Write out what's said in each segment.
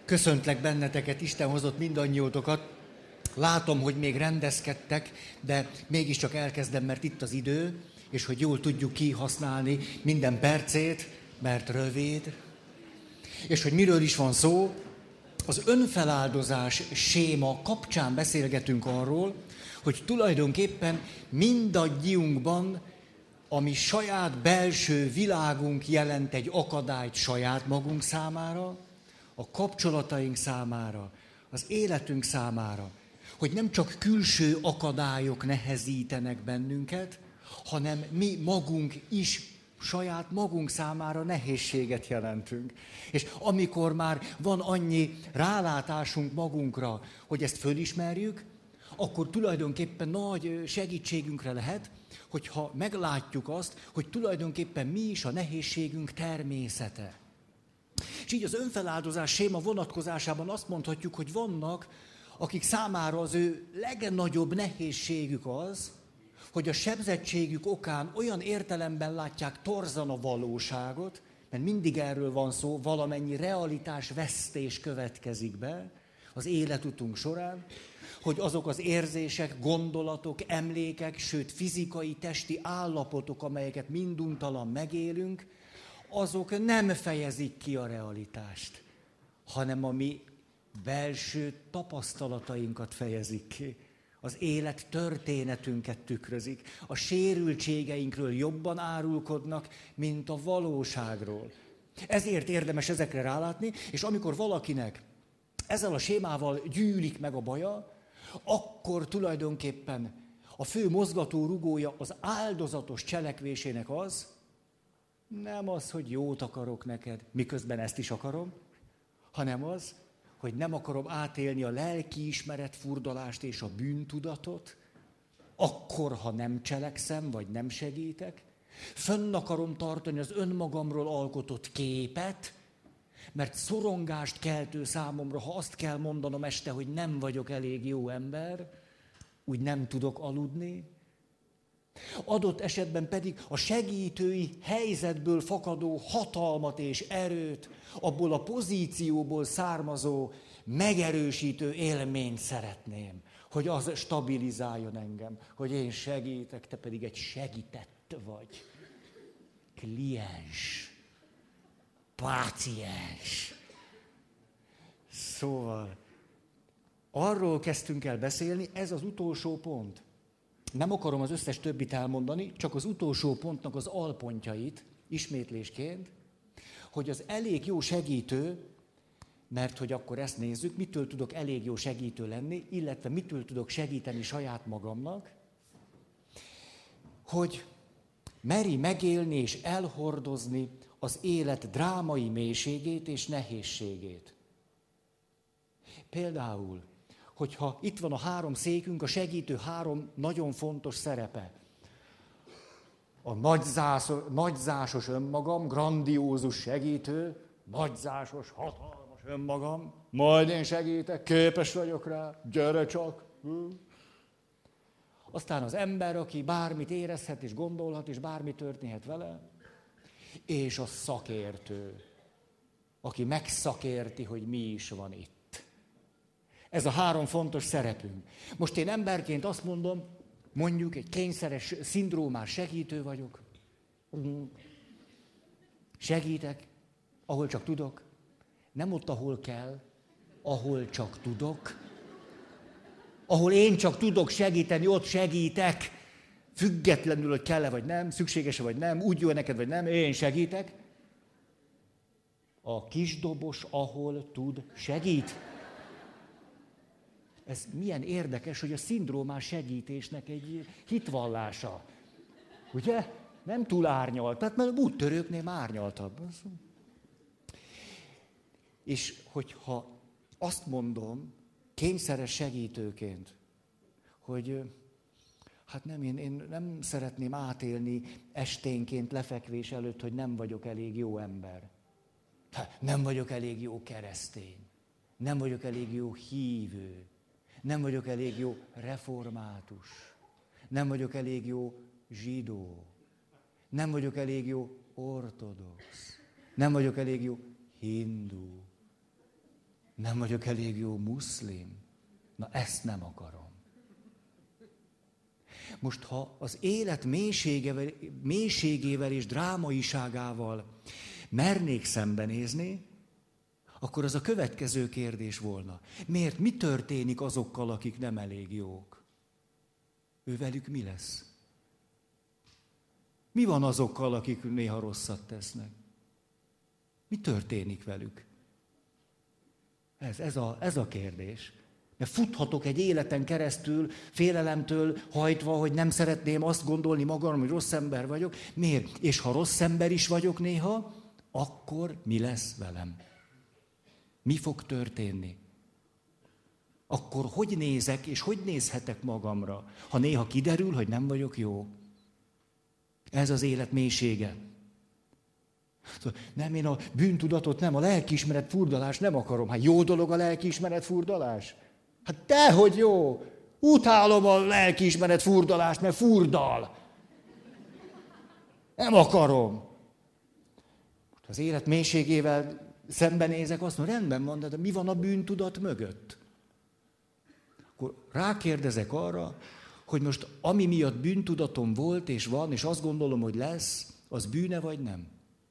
Köszöntlek benneteket, Isten hozott mindannyiótokat. Látom, hogy még rendezkedtek, de mégiscsak elkezdem, mert itt az idő, és hogy jól tudjuk kihasználni minden percét, mert rövid. És hogy miről is van szó, az önfeláldozás séma kapcsán beszélgetünk arról, hogy tulajdonképpen mindannyiunkban, ami saját belső világunk jelent egy akadályt saját magunk számára, a kapcsolataink számára, az életünk számára, hogy nem csak külső akadályok nehezítenek bennünket, hanem mi magunk is saját magunk számára nehézséget jelentünk. És amikor már van annyi rálátásunk magunkra, hogy ezt fölismerjük, akkor tulajdonképpen nagy segítségünkre lehet, hogyha meglátjuk azt, hogy tulajdonképpen mi is a nehézségünk természete. És így az önfeláldozás séma vonatkozásában azt mondhatjuk, hogy vannak, akik számára az ő legnagyobb nehézségük az, hogy a sebzettségük okán olyan értelemben látják torzan a valóságot, mert mindig erről van szó, valamennyi realitás vesztés következik be az életutunk során, hogy azok az érzések, gondolatok, emlékek, sőt fizikai, testi állapotok, amelyeket minduntalan megélünk, azok nem fejezik ki a realitást, hanem a mi belső tapasztalatainkat fejezik ki. Az élet történetünket tükrözik. A sérültségeinkről jobban árulkodnak, mint a valóságról. Ezért érdemes ezekre rálátni, és amikor valakinek ezzel a sémával gyűlik meg a baja, akkor tulajdonképpen a fő mozgató rugója az áldozatos cselekvésének az, nem az, hogy jót akarok neked, miközben ezt is akarom, hanem az, hogy nem akarom átélni a lelkiismeret furdalást és a bűntudatot, akkor, ha nem cselekszem, vagy nem segítek. Fönn akarom tartani az önmagamról alkotott képet, mert szorongást keltő számomra, ha azt kell mondanom este, hogy nem vagyok elég jó ember, úgy nem tudok aludni. Adott esetben pedig a segítői helyzetből fakadó hatalmat és erőt, abból a pozícióból származó megerősítő élményt szeretném, hogy az stabilizáljon engem, hogy én segítek, te pedig egy segített vagy. Kliens, páciens. Szóval arról kezdtünk el beszélni, ez az utolsó pont. Nem akarom az összes többit elmondani, csak az utolsó pontnak az alpontjait, ismétlésként, hogy az elég jó segítő, mert hogy akkor ezt nézzük, mitől tudok elég jó segítő lenni, illetve mitől tudok segíteni saját magamnak, hogy meri megélni és elhordozni az élet drámai mélységét és nehézségét. Például, hogyha itt van a 3 székünk, a segítő 3 nagyon fontos szerepe. A nagyzásos önmagam, grandiózus segítő, nagyzásos, hatalmas önmagam, majd én segítek, képes vagyok rá, gyere csak. Aztán az ember, aki bármit érezhet és gondolhat, és bármi történhet vele, és a szakértő, aki megszakérti, hogy mi is van itt. Ez a 3 fontos szerepünk. Most én emberként azt mondom, mondjuk egy kényszeres, szindrómás segítő vagyok. Segítek, ahol csak tudok. Nem ott, ahol kell, ahol csak tudok. Ahol én csak tudok segíteni, ott segítek. Függetlenül, hogy kell-e vagy nem, szükséges-e vagy nem, úgy jó neked vagy nem, én segítek. A kisdobos, ahol tud, segít. Ez milyen érdekes, hogy a szindrómás segítésnek egy hitvallása. Ugye? Nem túl árnyalt, tehát mert úttörőknél már árnyaltabb. És hogyha azt mondom, kényszeres segítőként, hogy hát nem, én nem szeretném átélni esténként lefekvés előtt, hogy nem vagyok elég jó ember. Nem vagyok elég jó keresztény. Nem vagyok elég jó hívő. Nem vagyok elég jó református. Nem vagyok elég jó zsidó. Nem vagyok elég jó ortodox. Nem vagyok elég jó hindu. Nem vagyok elég jó muszlim. Na ezt nem akarom. Most, ha az élet mélységével és drámaiságával mernék szembenézni, akkor az a következő kérdés volna. Miért? Mi történik azokkal, akik nem elég jók? Ővelük mi lesz? Mi van azokkal, akik néha rosszat tesznek? Mi történik velük? Ez a kérdés. Mert futhatok egy életen keresztül, félelemtől hajtva, hogy nem szeretném azt gondolni magamról, hogy rossz ember vagyok. Miért? És ha rossz ember is vagyok néha, akkor mi lesz velem? Mi fog történni? Akkor hogy nézek, és hogy nézhetek magamra, ha néha kiderül, hogy nem vagyok jó? Ez az élet mélysége. Nem, én a bűntudatot nem, a lelkiismeret furdalást nem akarom. Hát jó dolog a lelkiismeret furdalás? Hát dehogy jó! Utálom a lelkiismeret furdalást, mert furdal. Nem akarom. Az élet mélységével szembenézek, azt mondom, rendben van, de mi van a bűntudat mögött? Akkor rákérdezek arra, hogy most ami miatt bűntudatom volt és van, és azt gondolom, hogy lesz, az bűne vagy nem?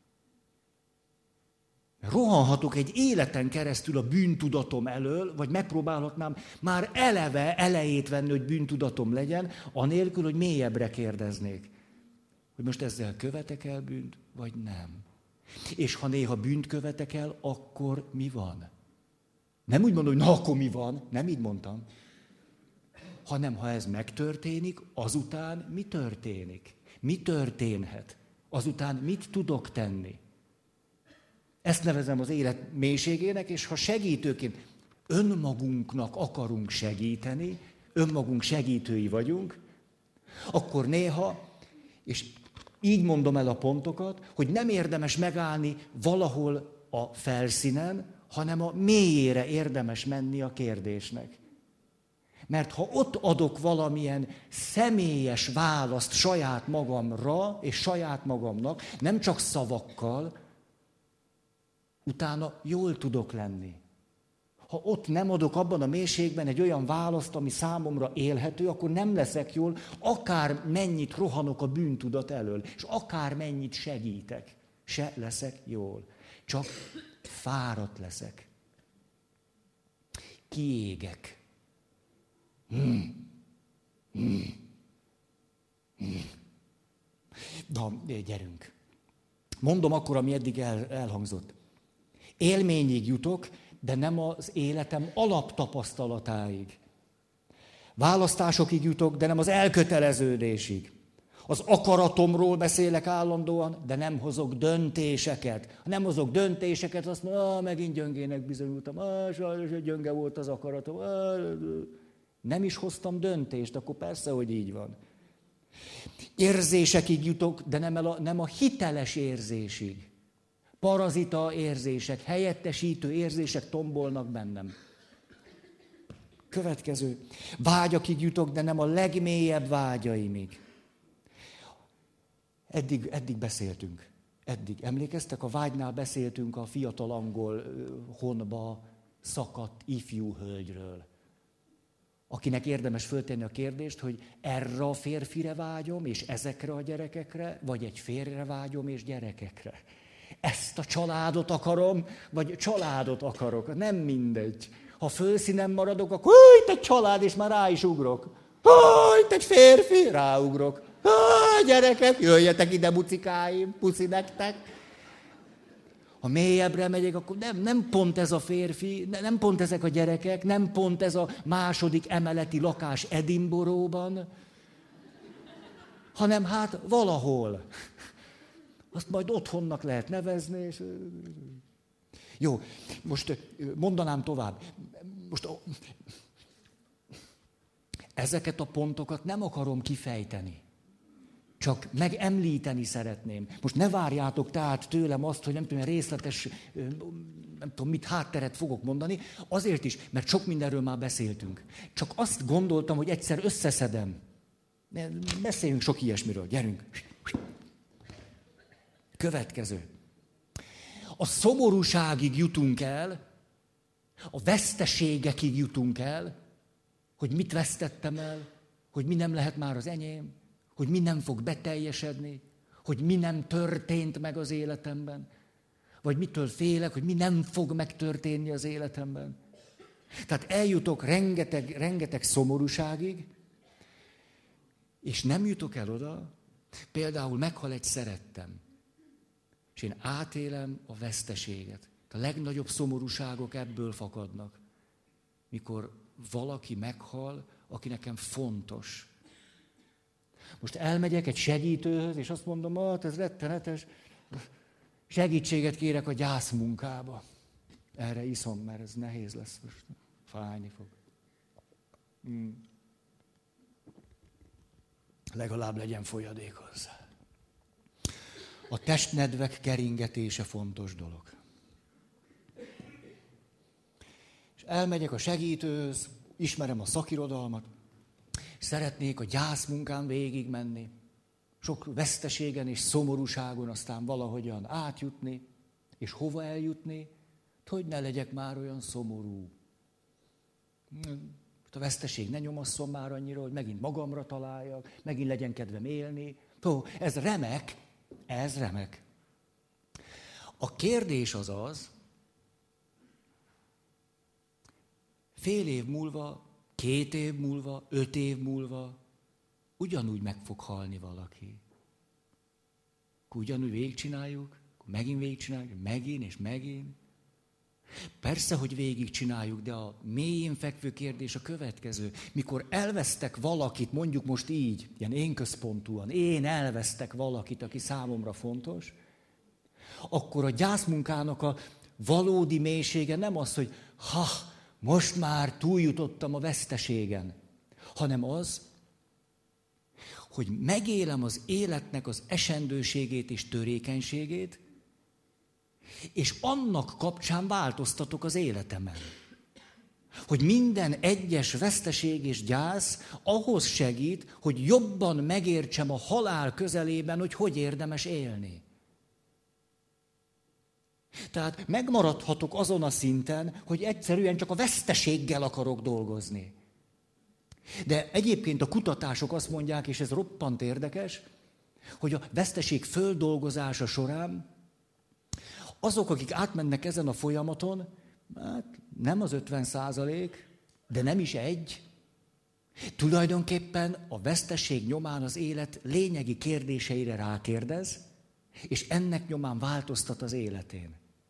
Rohanhatok egy életen keresztül a bűntudatom elől, vagy megpróbálhatnám már elejét venni, hogy bűntudatom legyen, anélkül, hogy mélyebbre kérdeznék. Hogy most ezzel követek el bűnt, vagy nem? És ha néha bűnt követek el, akkor mi van? Nem úgy mondom, hogy na akkor mi van, nem így mondtam. Hanem ha ez megtörténik, azután mi történik? Mi történhet? Azután mit tudok tenni? Ezt nevezem az élet mélységének, és ha segítőként önmagunknak akarunk segíteni, önmagunk segítői vagyunk, akkor néha, és így mondom el a pontokat, hogy nem érdemes megállni valahol a felszínen, hanem a mélyére érdemes menni a kérdésnek. Mert ha ott adok valamilyen személyes választ saját magamra és saját magamnak, nem csak szavakkal, utána jól tudok lenni. Ha ott nem adok abban a mélységben egy olyan választ, ami számomra élhető, akkor nem leszek jól, akár mennyit rohanok a bűntudat elől, és akár mennyit segítek, se leszek jól. Csak fáradt leszek. Kiégek. Na, gyerünk. Mondom akkor, ami eddig elhangzott. Élményig jutok, de nem az életem alaptapasztalatáig. Választásokig jutok, de nem az elköteleződésig. Az akaratomról beszélek állandóan, de nem hozok döntéseket. Ha nem hozok döntéseket, azt mondom, megint gyöngének bizonyultam, sajnos, hogy gyönge volt az akaratom. Nem is hoztam döntést, akkor persze, hogy így van. Érzésekig jutok, de nem a hiteles érzésig. Parazita érzések, helyettesítő érzések tombolnak bennem. Következő. Vágyakig jutok, de nem a legmélyebb vágyaimig. Eddig beszéltünk. Eddig. Emlékeztek, a vágynál beszéltünk a fiatal angol honba szakadt ifjú hölgyről, akinek érdemes föltenni a kérdést, hogy erre a férfire vágyom, és ezekre a gyerekekre, vagy egy férjre vágyom, és gyerekekre. Ezt a családot akarom, vagy családot akarok. Nem mindegy. Ha fölszínen maradok, akkor itt egy család, és már rá is ugrok. Itt egy férfi, ráugrok. Gyerekek, jöjjetek ide, bucikáim, puszi nektek. Ha mélyebbre megyek, akkor nem pont ez a férfi, nem pont ezek a gyerekek, nem pont ez a második emeleti lakás Edinburghban, hanem hát valahol. Azt majd otthonnak lehet nevezni, és... Jó, most mondanám tovább. Most ezeket a pontokat nem akarom kifejteni. Csak megemlíteni szeretném. Most ne várjátok tehát tőlem azt, hogy nem tudom, részletes, nem tudom mit, hátteret fogok mondani. Azért is, mert sok mindenről már beszéltünk. Csak azt gondoltam, hogy egyszer összeszedem. Beszéljünk sok ilyesmiről, gyerünk. Következő. A szomorúságig jutunk el, A veszteségekig jutunk el, hogy mit vesztettem el, hogy mi nem lehet már az enyém, hogy mi nem fog beteljesedni, hogy mi nem történt meg az életemben, vagy mitől félek, hogy mi nem fog megtörténni az életemben. Tehát eljutok rengeteg szomorúságig, és nem jutok el oda, például meghal egy szerettem, és én átélem a veszteséget. A legnagyobb szomorúságok ebből fakadnak, mikor valaki meghal, aki nekem fontos. Most elmegyek egy segítőhöz, és azt mondom, hát ez rettenetes, segítséget kérek a gyászmunkába. Erre iszom, mert ez nehéz lesz most. Fájni fog. Legalább legyen folyadék hozzá. A testnedvek keringetése fontos dolog. És elmegyek a segítőhöz, ismerem a szakirodalmat, szeretnék a gyászmunkán végigmenni, sok veszteségen és szomorúságon aztán valahogyan átjutni, és hova eljutni, hogy ne legyek már olyan szomorú. A veszteség ne nyomasszon már annyira, hogy megint magamra találjak, megint legyen kedvem élni. Ez remek, ez remek. A kérdés az az, fél év múlva, 2 év múlva, 5 év múlva ugyanúgy meg fog halni valaki. Akkor ugyanúgy végigcsináljuk, akkor megint végigcsináljuk, megint és megint. Persze, hogy végigcsináljuk, de a mélyén fekvő kérdés a következő. Mikor elvesztek valakit, mondjuk most így, ilyen én központúan, én elvesztek valakit, aki számomra fontos, akkor a gyászmunkának a valódi mélysége nem az, hogy most már túljutottam a veszteségen, hanem az, hogy megélem az életnek az esendőségét és törékenységét, és annak kapcsán változtatok az életemen. Hogy minden egyes veszteség és gyász ahhoz segít, hogy jobban megértsem a halál közelében, hogy érdemes élni. Tehát megmaradhatok azon a szinten, hogy egyszerűen csak a veszteséggel akarok dolgozni. De egyébként a kutatások azt mondják, és ez roppant érdekes, hogy a veszteség földolgozása során azok, akik átmennek ezen a folyamaton, hát nem az 50%, de nem is 1, tulajdonképpen a veszteség nyomán az élet lényegi kérdéseire rákérdez, és ennek nyomán változtat az életén.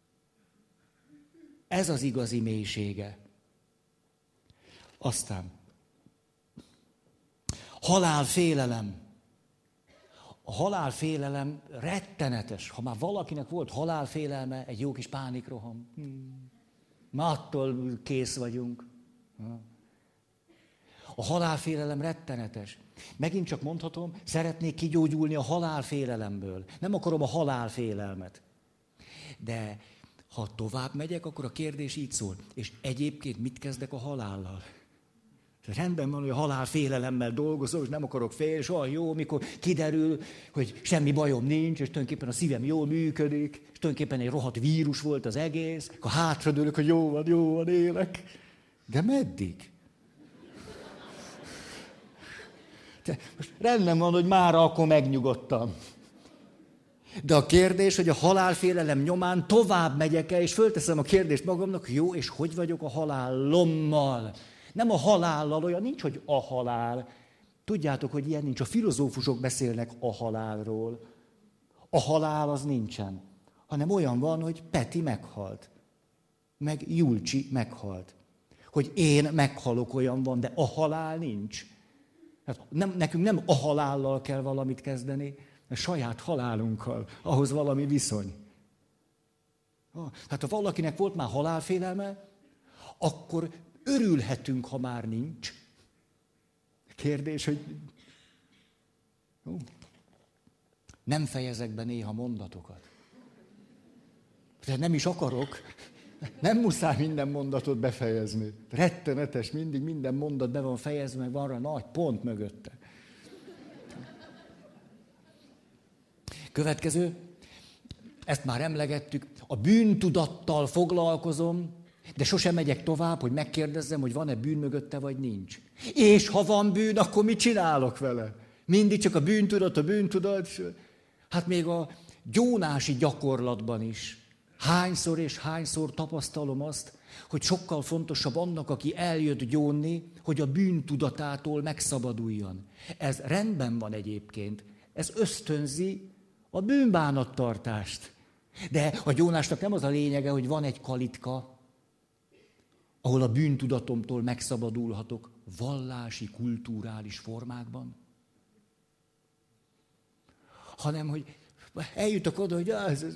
Ez az igazi mélysége. Aztán halálfélelem. A halálfélelem rettenetes. Ha már valakinek volt halálfélelme, egy jó kis pánikroham. Már attól kész vagyunk. A halálfélelem rettenetes. Megint csak mondhatom, szeretnék kigyógyulni a halálfélelemből. Nem akarom a halálfélelmet. De ha tovább megyek, akkor a kérdés így szól. És egyébként mit kezdek a halállal? Rendben van, hogy a halálfélelemmel dolgozom, és nem akarok félni, és olyan jó, mikor kiderül, hogy semmi bajom nincs, és tulajdonképpen a szívem jól működik, és tulajdonképpen egy rohadt vírus volt az egész, akkor hátradőlök, hogy jó van, élek. De meddig? Most rendben van, hogy mára akkor megnyugodtam. De a kérdés, hogy a halálfélelem nyomán tovább megyek-e, és fölteszem a kérdést magamnak, jó, és hogy vagyok a halálommal? Nem a halállal, olyan nincs, hogy a halál. Tudjátok, hogy ilyen nincs. A filozófusok beszélnek a halálról. A halál az nincsen. Hanem olyan van, hogy Peti meghalt. Meg Julcsi meghalt. Hogy én meghalok, olyan van, de a halál nincs. Hát nekünk nem a halállal kell valamit kezdeni, a saját halálunkkal, ahhoz valami viszony. Hát ha valakinek volt már halálfélelme, akkor örülhetünk, ha már nincs. Kérdés, hogy nem fejezek be néha mondatokat. De nem is akarok. Nem muszáj minden mondatot befejezni. Rettenetes, mindig minden mondat be van fejezve, meg van arra nagy pont mögötte. Következő, ezt már emlegettük, a bűntudattal foglalkozom, De sosem megyek tovább, hogy megkérdezzem, hogy van-e bűn mögötte, vagy nincs. És ha van bűn, akkor mit csinálok vele? Mindig csak a bűntudat. Hát még a gyónási gyakorlatban is. Hányszor és hányszor tapasztalom azt, hogy sokkal fontosabb annak, aki eljött gyónni, hogy a bűntudatától megszabaduljon. Ez rendben van egyébként. Ez ösztönzi a bűnbánattartást. De a gyónásnak nem az a lényege, hogy van egy kalitka, ahol a bűntudatomtól megszabadulhatok vallási, kulturális formákban. Hanem, hogy eljutok oda, hogy ez.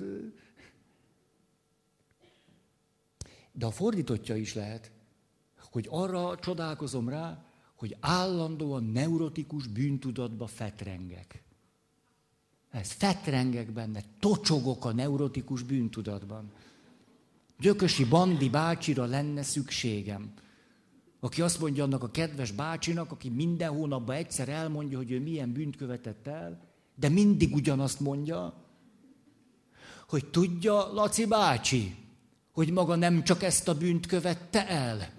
De a fordítottja is lehet, hogy arra csodálkozom rá, hogy állandóan neurotikus bűntudatba fetrengek. Ez fetrengek benne, tocsogok a neurotikus bűntudatban. Gyökösi Bandi bácsira lenne szükségem. Aki azt mondja annak a kedves bácsinak, aki minden hónapban egyszer elmondja, hogy ő milyen bűnt követett el, de mindig ugyanazt mondja, hogy tudja, Laci bácsi, hogy maga nem csak ezt a bűnt követte el.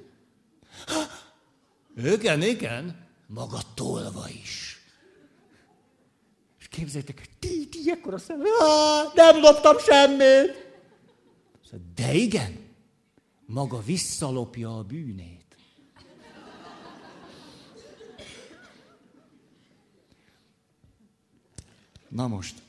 Igen, maga tolva is. És képzeljétek, ti ekkora szem, nem loptam semmit. De igen, maga visszalopja a bűnét. Na most.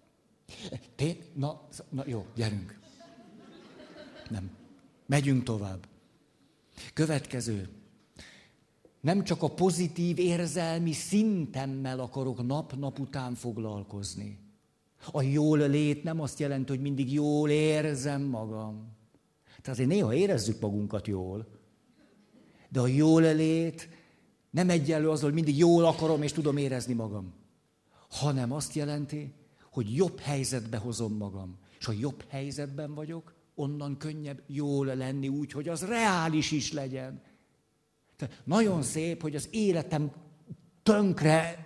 Na jó, gyerünk. Nem. Megyünk tovább. Következő. Nem csak a pozitív érzelmi szintemmel akarok nap-nap után foglalkozni. A jól lét nem azt jelenti, hogy mindig jól érzem magam. Tehát azért néha érezzük magunkat jól. De a jól lét nem egyenlő azzal, hogy mindig jól akarom és tudom érezni magam. Hanem azt jelenti, hogy jobb helyzetbe hozom magam. És ha jobb helyzetben vagyok, onnan könnyebb jól lenni úgy, hogy az reális is legyen. Tehát nagyon szép, hogy az életem tönkre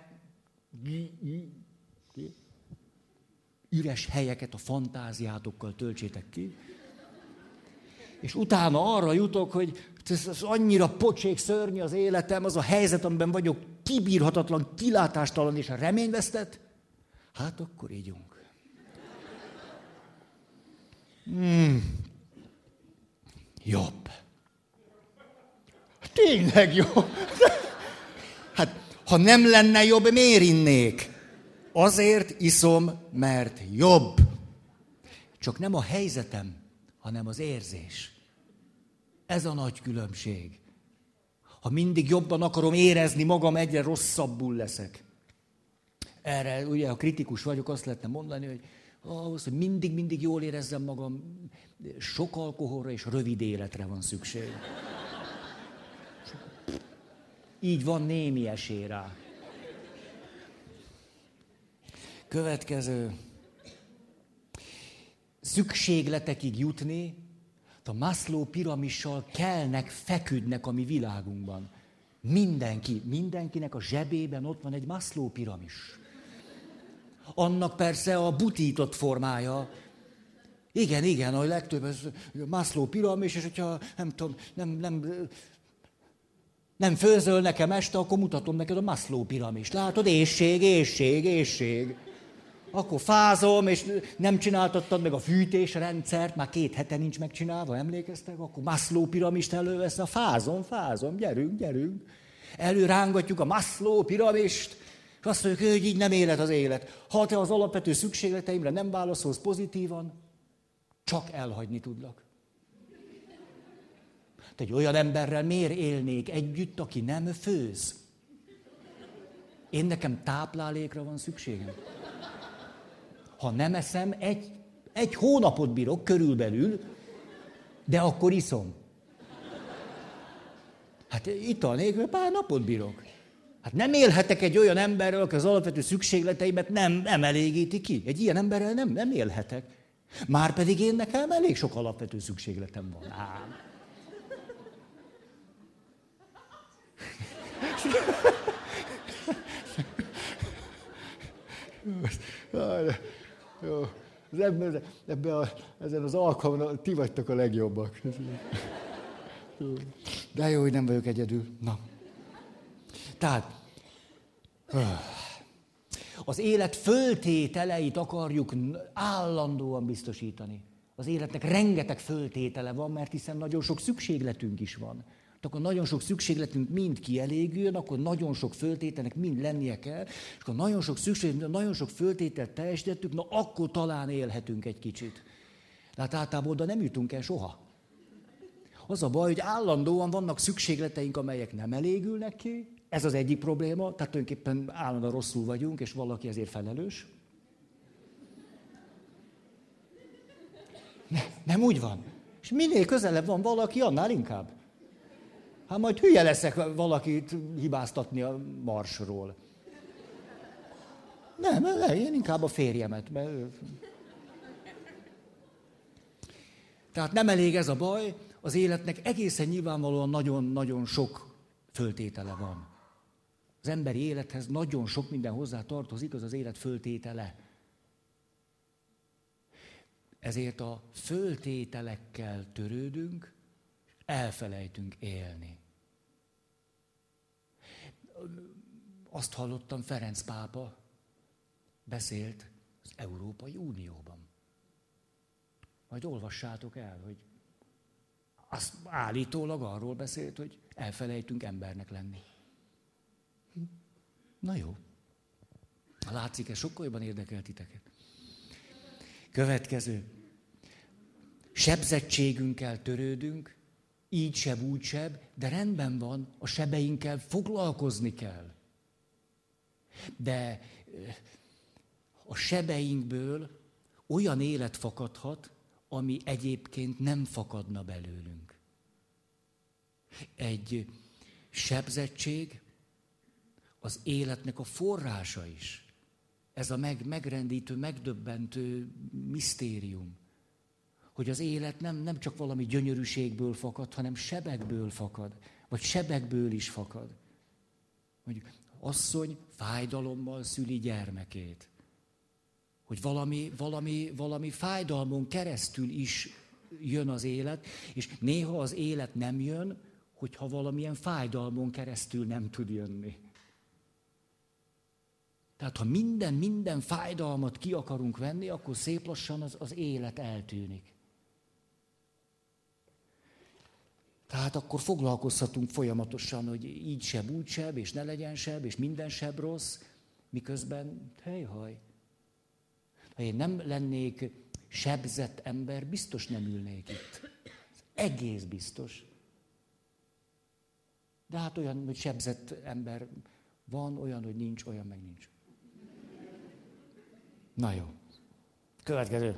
üres helyeket a fantáziátokkal töltsétek ki. És utána arra jutok, hogy ez annyira pocsék, szörnyű az életem, az a helyzet, amiben vagyok, kibírhatatlan, kilátástalan és reményvesztett. Hát akkor ígyunk. Jobb. Tényleg jó. Hát, ha nem lenne jobb, miért innék? Azért iszom, mert jobb. Csak nem a helyzetem, hanem az érzés. Ez a nagy különbség. Ha mindig jobban akarom érezni magam, egyre rosszabbul leszek. Erre, ugye, ha kritikus vagyok, azt lehetne mondani, hogy ahhoz, hogy mindig jól érezzem magam, sok alkoholra és rövid életre van szükség. Így van némi esély rá. Következő. Szükségletekig jutni, a Maslow piramissal kelnek, feküdnek a mi világunkban. Mindenkinek a zsebében ott van egy Maslow piramis. Annak persze a butított formája. Igen, a legtöbb ez Maslow piramis, és hogyha nem főzöl nekem este, akkor mutatom neked a Maslow piramist. Látod, éhség. Akkor fázom, és nem csináltattad meg a fűtésrendszert, már 2 hete nincs megcsinálva, emlékeztek? Akkor Maslow piramist elővesz, fázom, gyerünk. Előrángatjuk a Maslow piramist, és azt mondjuk, hogy így nem élet az élet. Ha te az alapvető szükségleteimre nem válaszolsz pozitívan, csak elhagyni tudlak. Te egy olyan emberrel miért élnék együtt, aki nem főz? Én nekem táplálékra van szükségem. Ha nem eszem, egy hónapot bírok körülbelül, de akkor iszom. Hát ital nélkül pár napot bírok. Hát nem élhetek egy olyan emberrel, aki az alapvető szükségleteimet nem elégíti ki. Egy ilyen emberrel nem élhetek. Márpedig én nekem elég sok alapvető szükségletem van. Jó. Ezen az alkalmon ti vagytok a legjobbak. De jó, hogy nem vagyok egyedül. Na. Tehát, az élet föltételeit akarjuk állandóan biztosítani. Az életnek rengeteg föltétele van, mert hiszen nagyon sok szükségletünk is van. Akkor nagyon sok szükségletünk mind kielégüljön, akkor nagyon sok föltételnek mind lennie kell, és akkor nagyon sok föltételt teljesítettük, na akkor talán élhetünk egy kicsit. De hát általában oda nem jutunk el soha. Az a baj, hogy állandóan vannak szükségleteink, amelyek nem elégülnek ki. Ez az egyik probléma, tehát tulajdonképpen állandóan rosszul vagyunk, és valaki ezért felelős. Nem úgy van. És minél közelebb van valaki, annál inkább. Hát majd hülye leszek valakit hibáztatni a marsról. Nem, én inkább a férjemet. Tehát nem elég ez a baj, az életnek egészen nyilvánvalóan nagyon-nagyon sok föltétele van. Az emberi élethez nagyon sok minden hozzá tartozik, az élet föltétele. Ezért a föltételekkel törődünk, elfelejtünk élni. Azt hallottam, Ferenc pápa beszélt az Európai Unióban. Majd olvassátok el, hogy azt állítólag arról beszélt, hogy elfelejtünk embernek lenni. Na jó. Látszik, ez sokkal jobban érdekel titeket. Következő. Sebzettségünkkel törődünk, így seb, úgy seb, de rendben van, a sebeinkkel foglalkozni kell. De a sebeinkből olyan élet fakadhat, ami egyébként nem fakadna belőlünk. Egy sebzettség az életnek a forrása is. Ez a megrendítő, megdöbbentő misztérium. Hogy az élet nem csak valami gyönyörűségből fakad, hanem sebekből fakad. Vagy sebekből is fakad. Mondjuk, asszony fájdalommal szüli gyermekét. Hogy valami fájdalmon keresztül is jön az élet, és néha az élet nem jön, hogyha valamilyen fájdalmon keresztül nem tud jönni. Tehát ha minden fájdalmat ki akarunk venni, akkor szép lassan az élet eltűnik. Tehát akkor foglalkozhatunk folyamatosan, hogy így seb, úgy seb, és ne legyen seb, és minden seb rossz, miközben, hejhaj. Ha én nem lennék sebzett ember, biztos nem ülnék itt. Egész biztos. De hát olyan, hogy sebzett ember van, olyan, hogy nincs, olyan meg nincs. Na jó. Következő.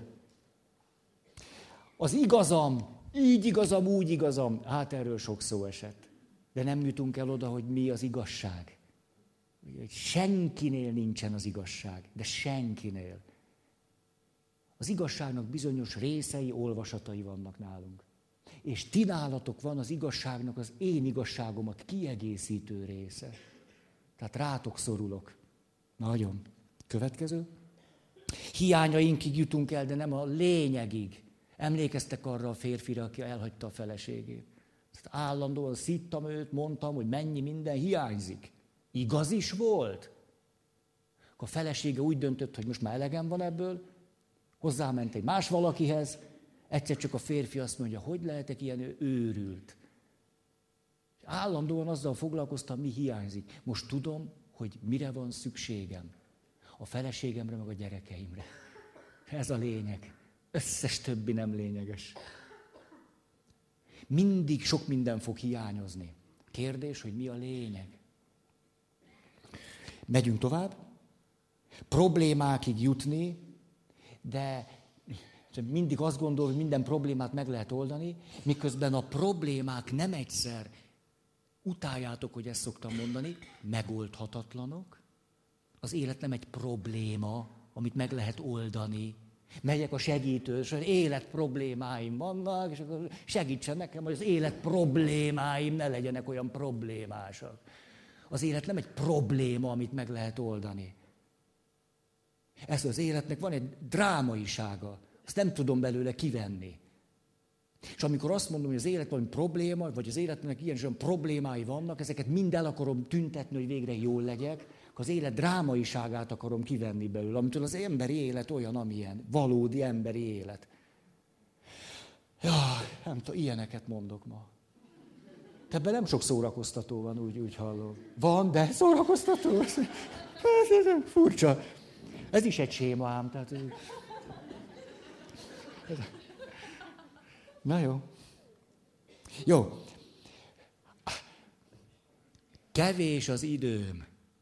Az igazam, így igazam, úgy igazam, hát erről sok szó esett. De nem jutunk el oda, hogy mi az igazság. Senkinél nincsen az igazság, de senkinél. Az igazságnak bizonyos részei, olvasatai vannak nálunk. És ti nálatok van az igazságnak az én igazságomat kiegészítő része. Tehát rátok szorulok. Nagyon. Következő. Hiányainkig jutunk el, de nem a lényegig. Emlékeztek arra a férfira, aki elhagyta a feleségét. Állandóan szittam őt, mondtam, hogy mennyi minden hiányzik. Igaz is volt. Akkor a felesége úgy döntött, hogy most már elegem van ebből, hozzáment egy más valakihez, egyszer csak a férfi azt mondja, hogy lehetek ilyen őrült. Állandóan azzal foglalkoztam, mi hiányzik. Most tudom, hogy mire van szükségem. A feleségemre, meg a gyerekeimre. Ez a lényeg. Összes többi nem lényeges. Mindig sok minden fog hiányozni. Kérdés, hogy mi a lényeg. Megyünk tovább. Problémákig jutni, de mindig azt gondol, hogy minden problémát meg lehet oldani, miközben a problémák nem egyszer, utáljátok, hogy ezt szoktam mondani, megoldhatatlanok. Az élet nem egy probléma, amit meg lehet oldani. Megyek a segítőhöz, hogy élet problémáim vannak, és akkor segítsen nekem, hogy az élet problémáim ne legyenek olyan problémásak. Az élet nem egy probléma, amit meg lehet oldani. Ez az életnek van egy drámaisága. Azt nem tudom belőle kivenni. És amikor azt mondom, hogy az élet valami probléma, vagy az életnek ilyen olyan problémái vannak, ezeket mind el akarom tüntetni, hogy végre jól legyek, akkor az élet drámaiságát akarom kivenni belőle, amitől az emberi élet olyan, amilyen. Valódi emberi élet. Jaj, nem tudom, ilyeneket mondok ma. Ebben nem sok szórakoztató van, úgy hallom. Van, de szórakoztató. Furcsa. Ez is egy séma ám. Tehát... Na jó. Jó. Kevés az időm.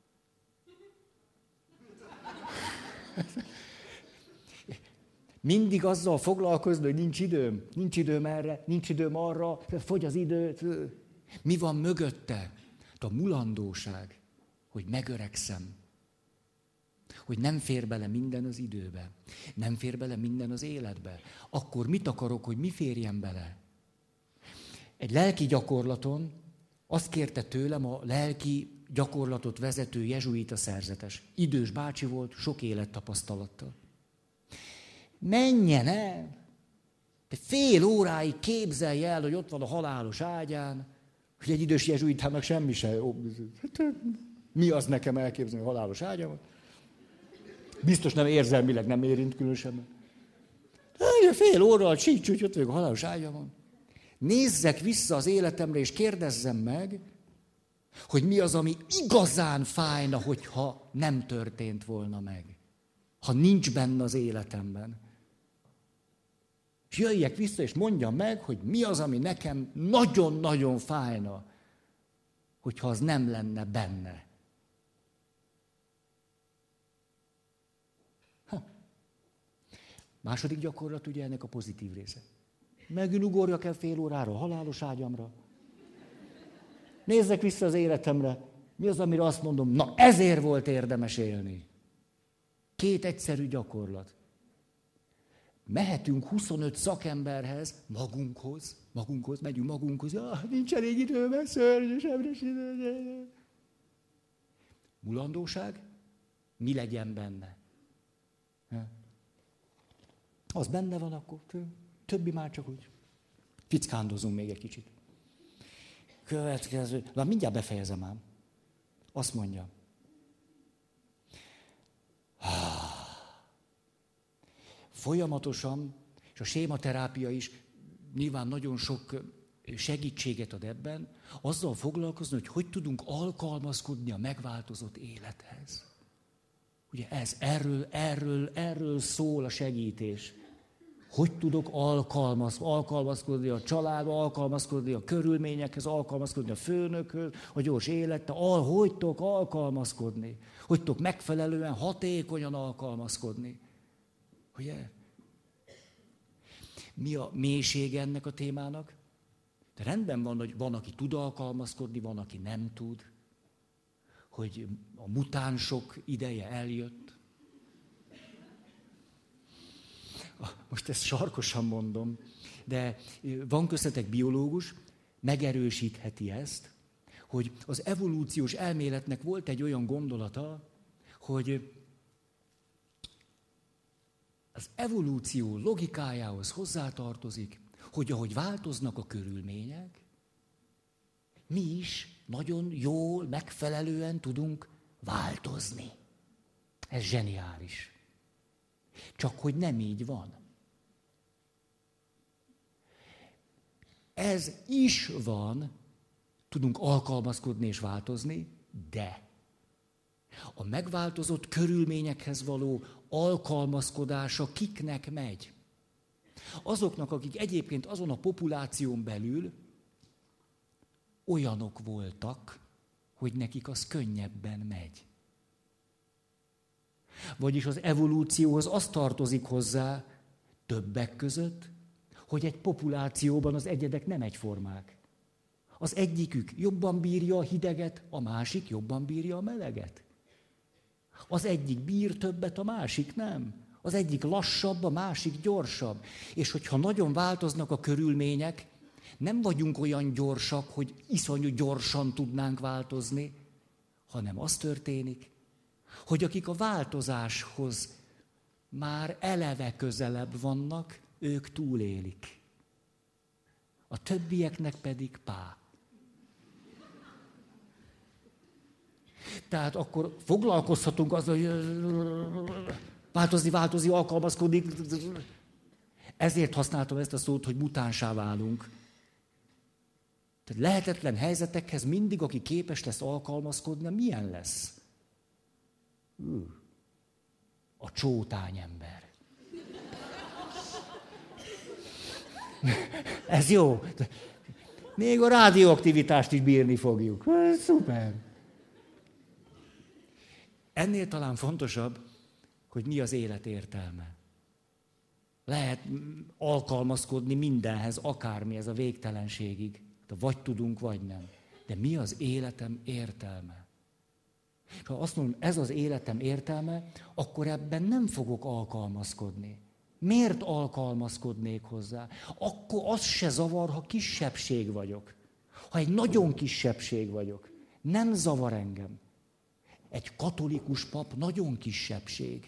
Mindig azzal foglalkozni, hogy nincs időm erre, nincs időm arra, fogy az idő. Mi van mögötte? A mulandóság, hogy megöregszem. Hogy nem fér bele minden az időbe. Nem fér bele minden az életbe. Akkor mit akarok, hogy mi férjen bele? Egy lelki gyakorlaton azt kérte tőlem a lelki gyakorlatot vezető jezsuita szerzetes. Idős bácsi volt, sok élettapasztalattal. Menjen el! De fél óráig képzelje el, hogy ott van a halálos ágyán, hogy egy idős jezsuitának semmi se. Mi az nekem elképzelni a halálos ágyam? Biztos nem érzelmileg nem érint különösebben. Fél óra, csík-csúcs, ott vagyok a halálos ágyamon. Nézzek vissza az életemre, és kérdezzem meg, hogy mi az, ami igazán fájna, hogyha nem történt volna meg. Ha nincs benne az életemben. És jöjjek vissza, és mondjam meg, hogy mi az, ami nekem nagyon-nagyon fájna, hogyha az nem lenne benne. Második gyakorlat ugye ennek a pozitív része. Megint ugorjak el fél órára a halálos ágyamra. Nézzek vissza az életemre. Mi az, amire azt mondom, na ezért volt érdemes élni. 2 egyszerű gyakorlat. Mehetünk 25 szakemberhez, megyünk magunkhoz, nincs elég időm, szörnyű, semres idő. Mulandóság, mi legyen benne? Az benne van, akkor többi már csak úgy. Fickándozunk még egy kicsit. Következő. Na, mindjárt befejezem ám. Azt mondja. Folyamatosan, és a sématerápia is nyilván nagyon sok segítséget ad ebben, azzal foglalkozni, hogy tudunk alkalmazkodni a megváltozott élethez. Ugye erről szól a segítés. Hogy tudok alkalmazkodni a családba, alkalmazkodni a körülményekhez, alkalmazkodni a főnökhöz, a gyors életre, hogy tudok alkalmazkodni, hogy tudok megfelelően, hatékonyan alkalmazkodni. Ugye? Mi a mélysége ennek a témának? De rendben van, hogy van, aki tud alkalmazkodni, van, aki nem tud, hogy a mutánsok ideje eljött. Most ezt sarkosan mondom, de van köztetek biológus, megerősítheti ezt, hogy az evolúciós elméletnek volt egy olyan gondolata, hogy az evolúció logikájához hozzátartozik, hogy ahogy változnak a körülmények, mi is nagyon jól, megfelelően tudunk változni. Ez zseniális. Csak hogy nem így van. Ez is van, tudunk alkalmazkodni és változni, de a megváltozott körülményekhez való alkalmazkodása kiknek megy? Azoknak, akik egyébként azon a populáción belül olyanok voltak, hogy nekik az könnyebben megy. Vagyis az evolúcióhoz az tartozik hozzá többek között, hogy egy populációban az egyedek nem egyformák. Az egyikük jobban bírja a hideget, a másik jobban bírja a meleget. Az egyik bír többet, a másik nem. Az egyik lassabb, a másik gyorsabb. És hogyha nagyon változnak a körülmények, nem vagyunk olyan gyorsak, hogy iszonyú gyorsan tudnánk változni, hanem az történik, hogy akik a változáshoz már eleve közelebb vannak, ők túlélik. A többieknek pedig pá. Tehát akkor foglalkozhatunk azzal, hogy változni, alkalmazkodni. Ezért használtam ezt a szót, hogy mutánsá válunk. Tehát lehetetlen helyzetekhez mindig, aki képes lesz alkalmazkodni, milyen lesz? A csótány ember. Ez jó. Még a rádióaktivitást is bírni fogjuk. Szuper. Ennél talán fontosabb, hogy mi az élet értelme. Lehet alkalmazkodni mindenhez, akármi, ez a végtelenségig. De vagy tudunk, vagy nem. De mi az életem értelme? És ha azt mondom, ez az életem értelme, akkor ebben nem fogok alkalmazkodni. Miért alkalmazkodnék hozzá? Akkor az se zavar, ha kisebbség vagyok. Ha egy nagyon kisebbség vagyok. Nem zavar engem. Egy katolikus pap nagyon kisebbség.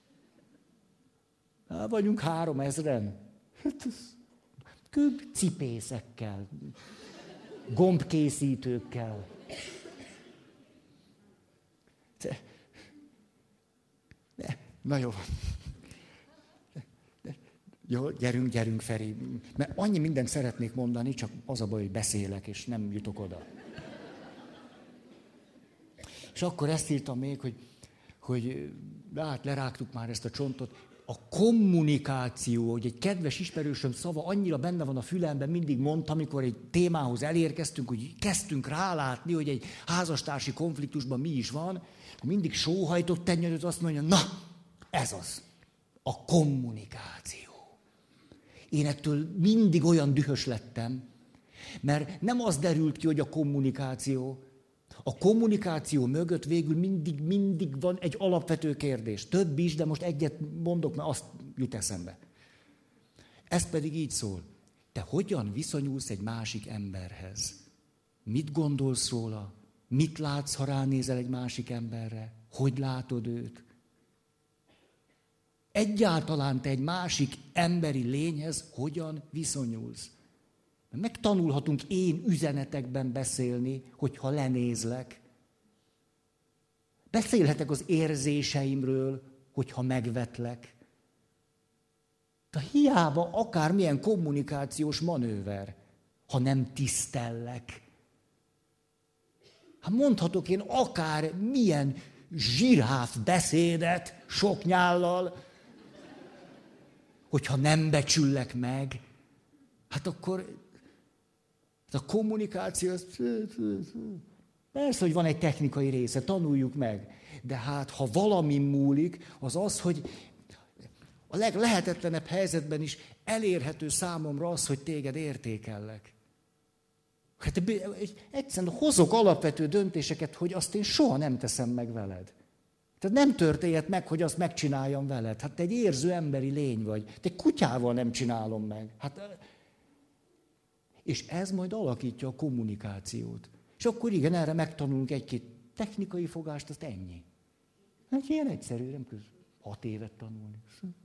Vagyunk 3000-en. Cipészekkel, gombkészítőkkel. Na jó. Jó, gyerünk, Feri. Mert annyi mindent szeretnék mondani, csak az a baj, hogy beszélek, és nem jutok oda. És akkor ezt írtam még, hogy hát lerágtuk már ezt a csontot. A kommunikáció, hogy egy kedves ismerősöm szava annyira benne van a fülemben, mindig mondta, amikor egy témához elérkeztünk, hogy kezdtünk rálátni, hogy egy házastársi konfliktusban mi is van, mindig sóhajtott tenyerőt, azt mondja, na, ez az, a kommunikáció. Én ettől mindig olyan dühös lettem, mert nem az derült ki, hogy a kommunikáció. A kommunikáció mögött végül mindig van egy alapvető kérdés. Több is, de most egyet mondok, mert azt jut eszembe. Ez pedig így szól. Te hogyan viszonyulsz egy másik emberhez? Mit gondolsz róla? Mit látsz, ha ránézel egy másik emberre? Hogy látod őt? Egyáltalán te egy másik emberi lényhez hogyan viszonyulsz? Megtanulhatunk én üzenetekben beszélni, hogyha lenézlek. Beszélhetek az érzéseimről, hogyha megvetlek. De hiába akármilyen kommunikációs manőver, ha nem tisztellek. Hát mondhatok én akár milyen zsiráf beszédet sok nyállal, hogyha nem becsüllek meg, hát akkor a kommunikáció, persze, hogy van egy technikai része, tanuljuk meg. De hát, ha valami múlik, az az, hogy a leglehetetlenebb helyzetben is elérhető számomra az, hogy téged értékellek. Hát egyszerűen hozok alapvető döntéseket, hogy azt én soha nem teszem meg veled. Tehát nem történhet meg, hogy azt megcsináljam veled. Hát te egy érző emberi lény vagy. Te kutyával nem csinálom meg. Hát... És ez majd alakítja a kommunikációt. És akkor igen, erre megtanulunk egy-két technikai fogást, azt ennyi. Hát ilyen egyszerű, nem kell 6 évet tanulni.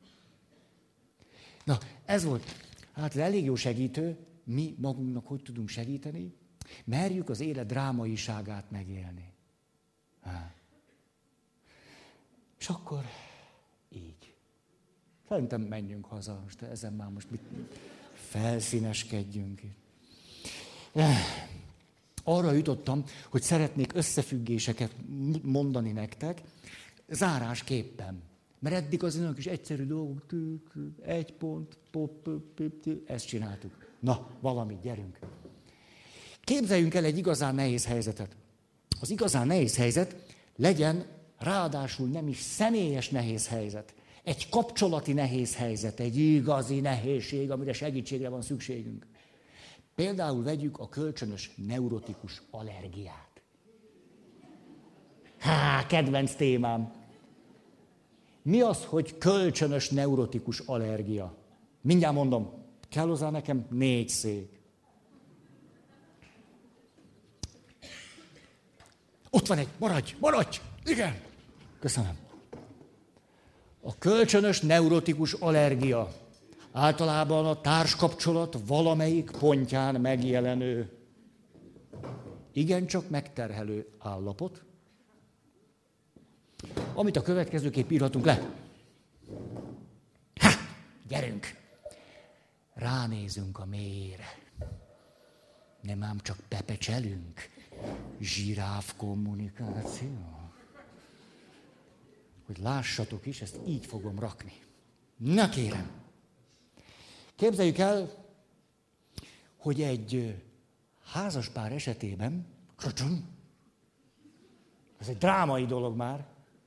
Na, ez volt. Hát ez elég jó segítő. Mi magunknak hogy tudunk segíteni? Merjük az élet drámaiságát megélni. És akkor így. Szerintem menjünk haza. Most ezen már most felszíneskedjünk itt. Arra jutottam, hogy szeretnék összefüggéseket mondani nektek, zárásképpen. Mert eddig az olyan kis egyszerű dolgok, egy pont, ezt csináltuk. Na, valamit, gyerünk. Képzeljünk el egy igazán nehéz helyzetet. Az igazán nehéz helyzet legyen ráadásul nem is személyes nehéz helyzet. Egy kapcsolati nehéz helyzet, egy igazi nehézség, amire segítségre van szükségünk. Például vegyük a kölcsönös neurotikus allergiát. Kedvenc témám. Mi az, hogy kölcsönös neurotikus allergia? Mindjárt mondom, kell hozzá nekem 4 szék. Ott van egy, maradj! Igen, köszönöm. A kölcsönös neurotikus allergia. Általában a társkapcsolat valamelyik pontján megjelenő, igencsak megterhelő állapot, amit a következőképp írhatunk le. Gyerünk! Ránézünk a mélyére. Nem ám csak pepecselünk. Zsiráf kommunikáció. Hogy lássatok is, ezt így fogom rakni. Na kérem! Képzeljük el, hogy egy házaspár esetében, ez egy drámai dolog már,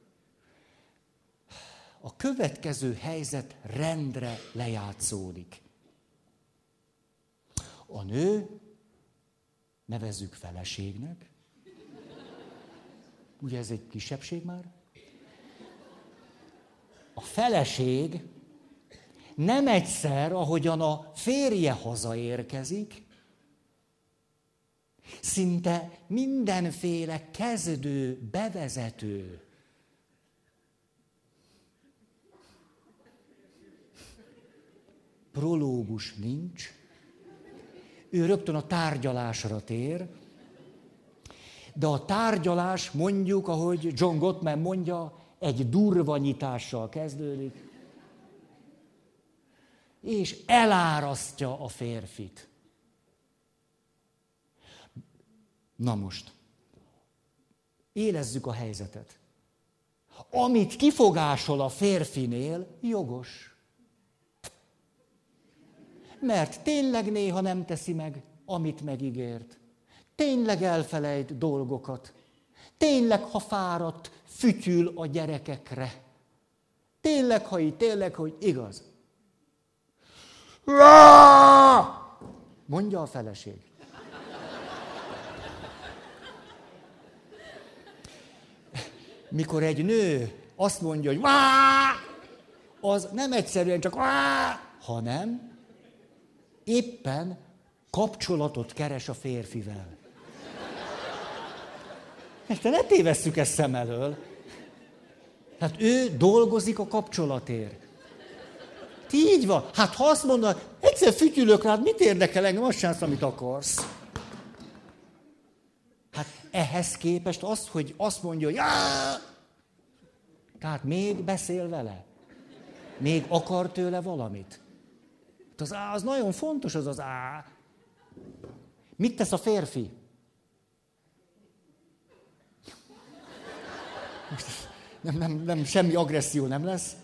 a következő helyzet rendre lejátszódik. A nő, nevezzük feleségnek, ugye ez egy kisebbség már, a feleség nem egyszer, ahogyan a férje hazaérkezik, szinte mindenféle kezdő, bevezető, prológus nincs, ő rögtön a tárgyalásra tér, de a tárgyalás mondjuk, ahogy John Gottman mondja, egy durva nyitással kezdődik, és elárasztja a férfit. Na most, élezzük a helyzetet. Amit kifogásol a férfinél, jogos. Mert tényleg néha nem teszi meg, amit megígért. Tényleg elfelejt dolgokat. Tényleg, ha fáradt, fütyül a gyerekekre. Tényleg, ha így, tényleg, hogy igaz. Mondja a feleség. Mikor egy nő azt mondja, hogy az nem egyszerűen csak hanem éppen kapcsolatot keres a férfivel. Este ne tévesszük ezt szem elől. Hát ő dolgozik a kapcsolatért. Így van. Hát ha azt mondod, egyszer fütyülök rád, mit érdekel engem, azt csinálsz, amit akarsz. Hát ehhez képest az, hogy azt mondja, hogy tehát még beszél vele. Még akar tőle valamit. Az nagyon fontos, az Mit tesz a férfi? Nem, semmi agresszió nem lesz.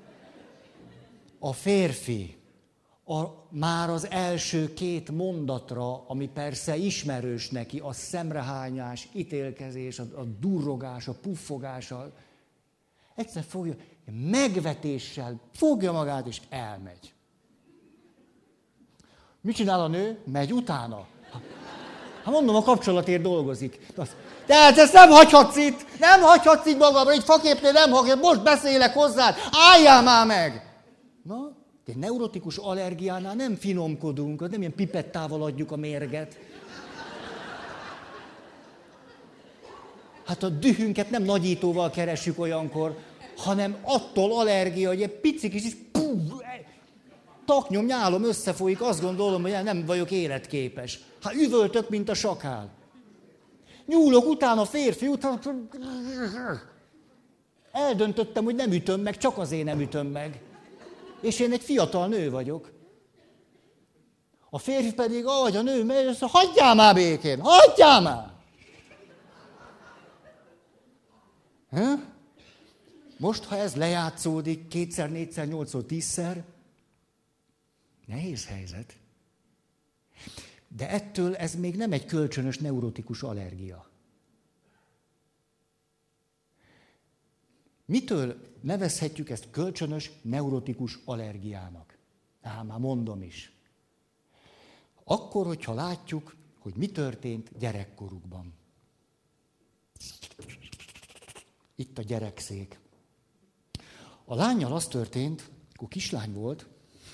A férfi már az első két mondatra, ami persze ismerős neki, a szemrehányás, ítélkezés, a durrogás, a puffogás, egyszer fogja, megvetéssel fogja magát és elmegy. Mit csinál a nő? Megy utána. Hát mondom, a kapcsolatért dolgozik. Tehát ezt nem hagyhatsz itt! Nem hagyhatsz itt magamra, egy faképnél nem hagyhatsz, most beszélek hozzád, álljál már meg! Na, egy neurotikus allergiánál nem finomkodunk, nem ilyen pipettával adjuk a mérget. Hát a dühünket nem nagyítóval keressük olyankor, hanem attól allergia, hogy egy pici kis taknyom, nyálom összefolyik, azt gondolom, hogy nem vagyok életképes. Hát üvöltök, mint a sakál. Nyúlok utána a férfi után. Eldöntöttem, hogy nem ütöm meg, csak azért nem ütöm meg. És én egy fiatal nő vagyok. A férfi pedig, ahogy a nő megy, azt mondja, hagyjál már békén, hagyjál már! Most, ha ez lejátszódik 2-szer, 4-szer, 8-szor, 10-szer, nehéz helyzet. De ettől ez még nem egy kölcsönös neurotikus allergia. Mitől nevezhetjük ezt kölcsönös neurotikus allergiának? Már mondom is. Akkor, hogyha látjuk, hogy mi történt gyerekkorukban. Itt a gyerekszék. A lánnyal az történt, akkor kislány volt,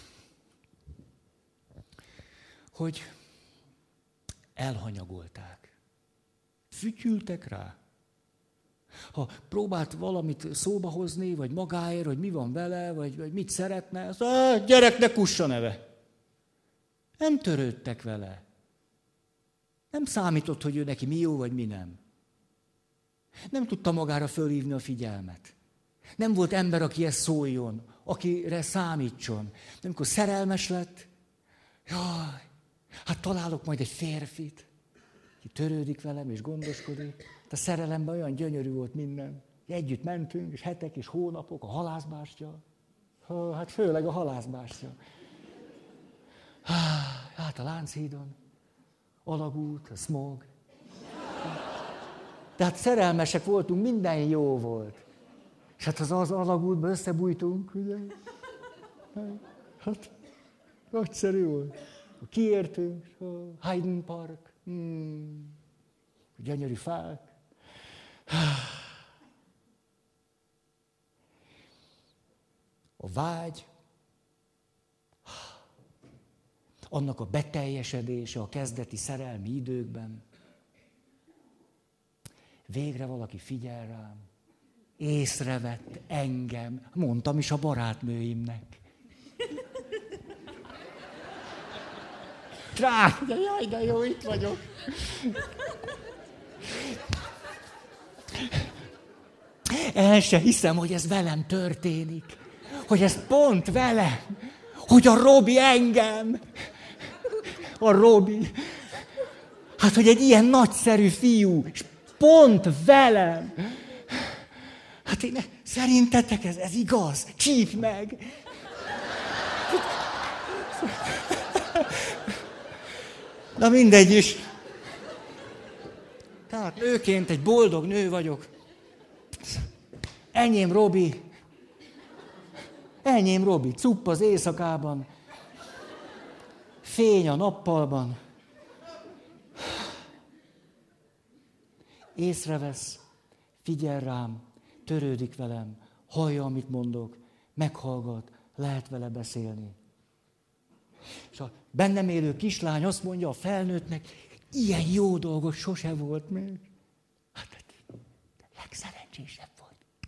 hogy elhanyagolták. Fütyültek rá. Ha próbált valamit szóba hozni, vagy magáért, hogy mi van vele, vagy mit szeretne, azt mondja, gyereknek kussa neve. Nem törődtek vele. Nem számított, hogy ő neki mi jó, vagy mi nem. Nem tudta magára fölhívni a figyelmet. Nem volt ember, aki ezt szóljon, akire számítson. De amikor szerelmes lett, jaj, hát találok majd egy férfit, ki törődik velem és gondoskodik. A szerelemben olyan gyönyörű volt minden. Együtt mentünk, és hetek és hónapok, a halászbástya. Hát főleg a halászbástya. Hát a Lánchídon, alagút, a smog. Tehát szerelmesek voltunk, minden jó volt. És hát az alagútban összebújtunk, ugye? Hát nagyszerű volt. Kiértünk, Hayden Park, gyönyörű fák. A vágy, annak a beteljesedése a kezdeti szerelmi időkben. Végre valaki figyel rám, észrevett engem, mondtam is a barátnőimnek. Jaj, de jó, itt vagyok. El se hiszem, hogy ez velem történik. Hogy ez pont velem. Hogy a Robi engem. A Robi. Hát, hogy egy ilyen nagyszerű fiú. És pont velem. Hát én, szerintetek ez igaz? Csíp meg. Na mindegy is. Tehát nőként egy boldog nő vagyok. Enyém Robi, cupp az éjszakában, fény a nappalban. Észrevesz, figyel rám, törődik velem, hallja, amit mondok, meghallgat, lehet vele beszélni. És a bennem élő kislány azt mondja a felnőttnek, ilyen jó dolgot sose volt még. Hát legszerencsésebb volt.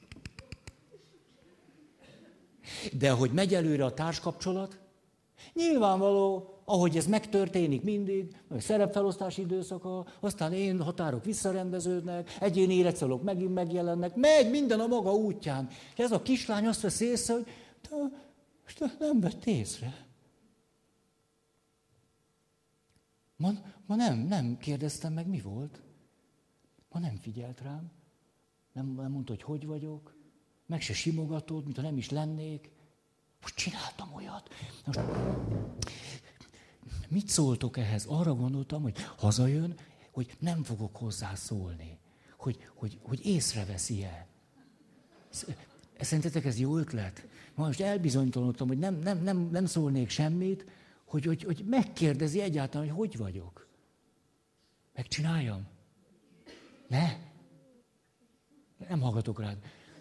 De hogy megy előre a társkapcsolat, nyilvánvaló, ahogy ez megtörténik mindig, a szerepfelosztási időszaka, aztán én határok visszarendeződnek, egyéni életcélok megint megjelennek, megy minden a maga útján. És ez a kislány azt vesz észre, hogy te nem vett észre. Ma nem kérdeztem meg, mi volt. Ma nem figyelt rám. Nem mondta, hogy vagyok. Meg se simogatod, mintha nem is lennék. Most csináltam olyat. Most mit szóltok ehhez? Arra gondoltam, hogy hazajön, hogy nem fogok hozzászólni. Hogy észreveszi-e. Szerintetek ez jó ötlet? Most elbizonytalanodtam, hogy nem szólnék semmit, hogy megkérdezi egyáltalán, hogy vagyok. Megcsináljam? Ne? Nem hallgatok rád.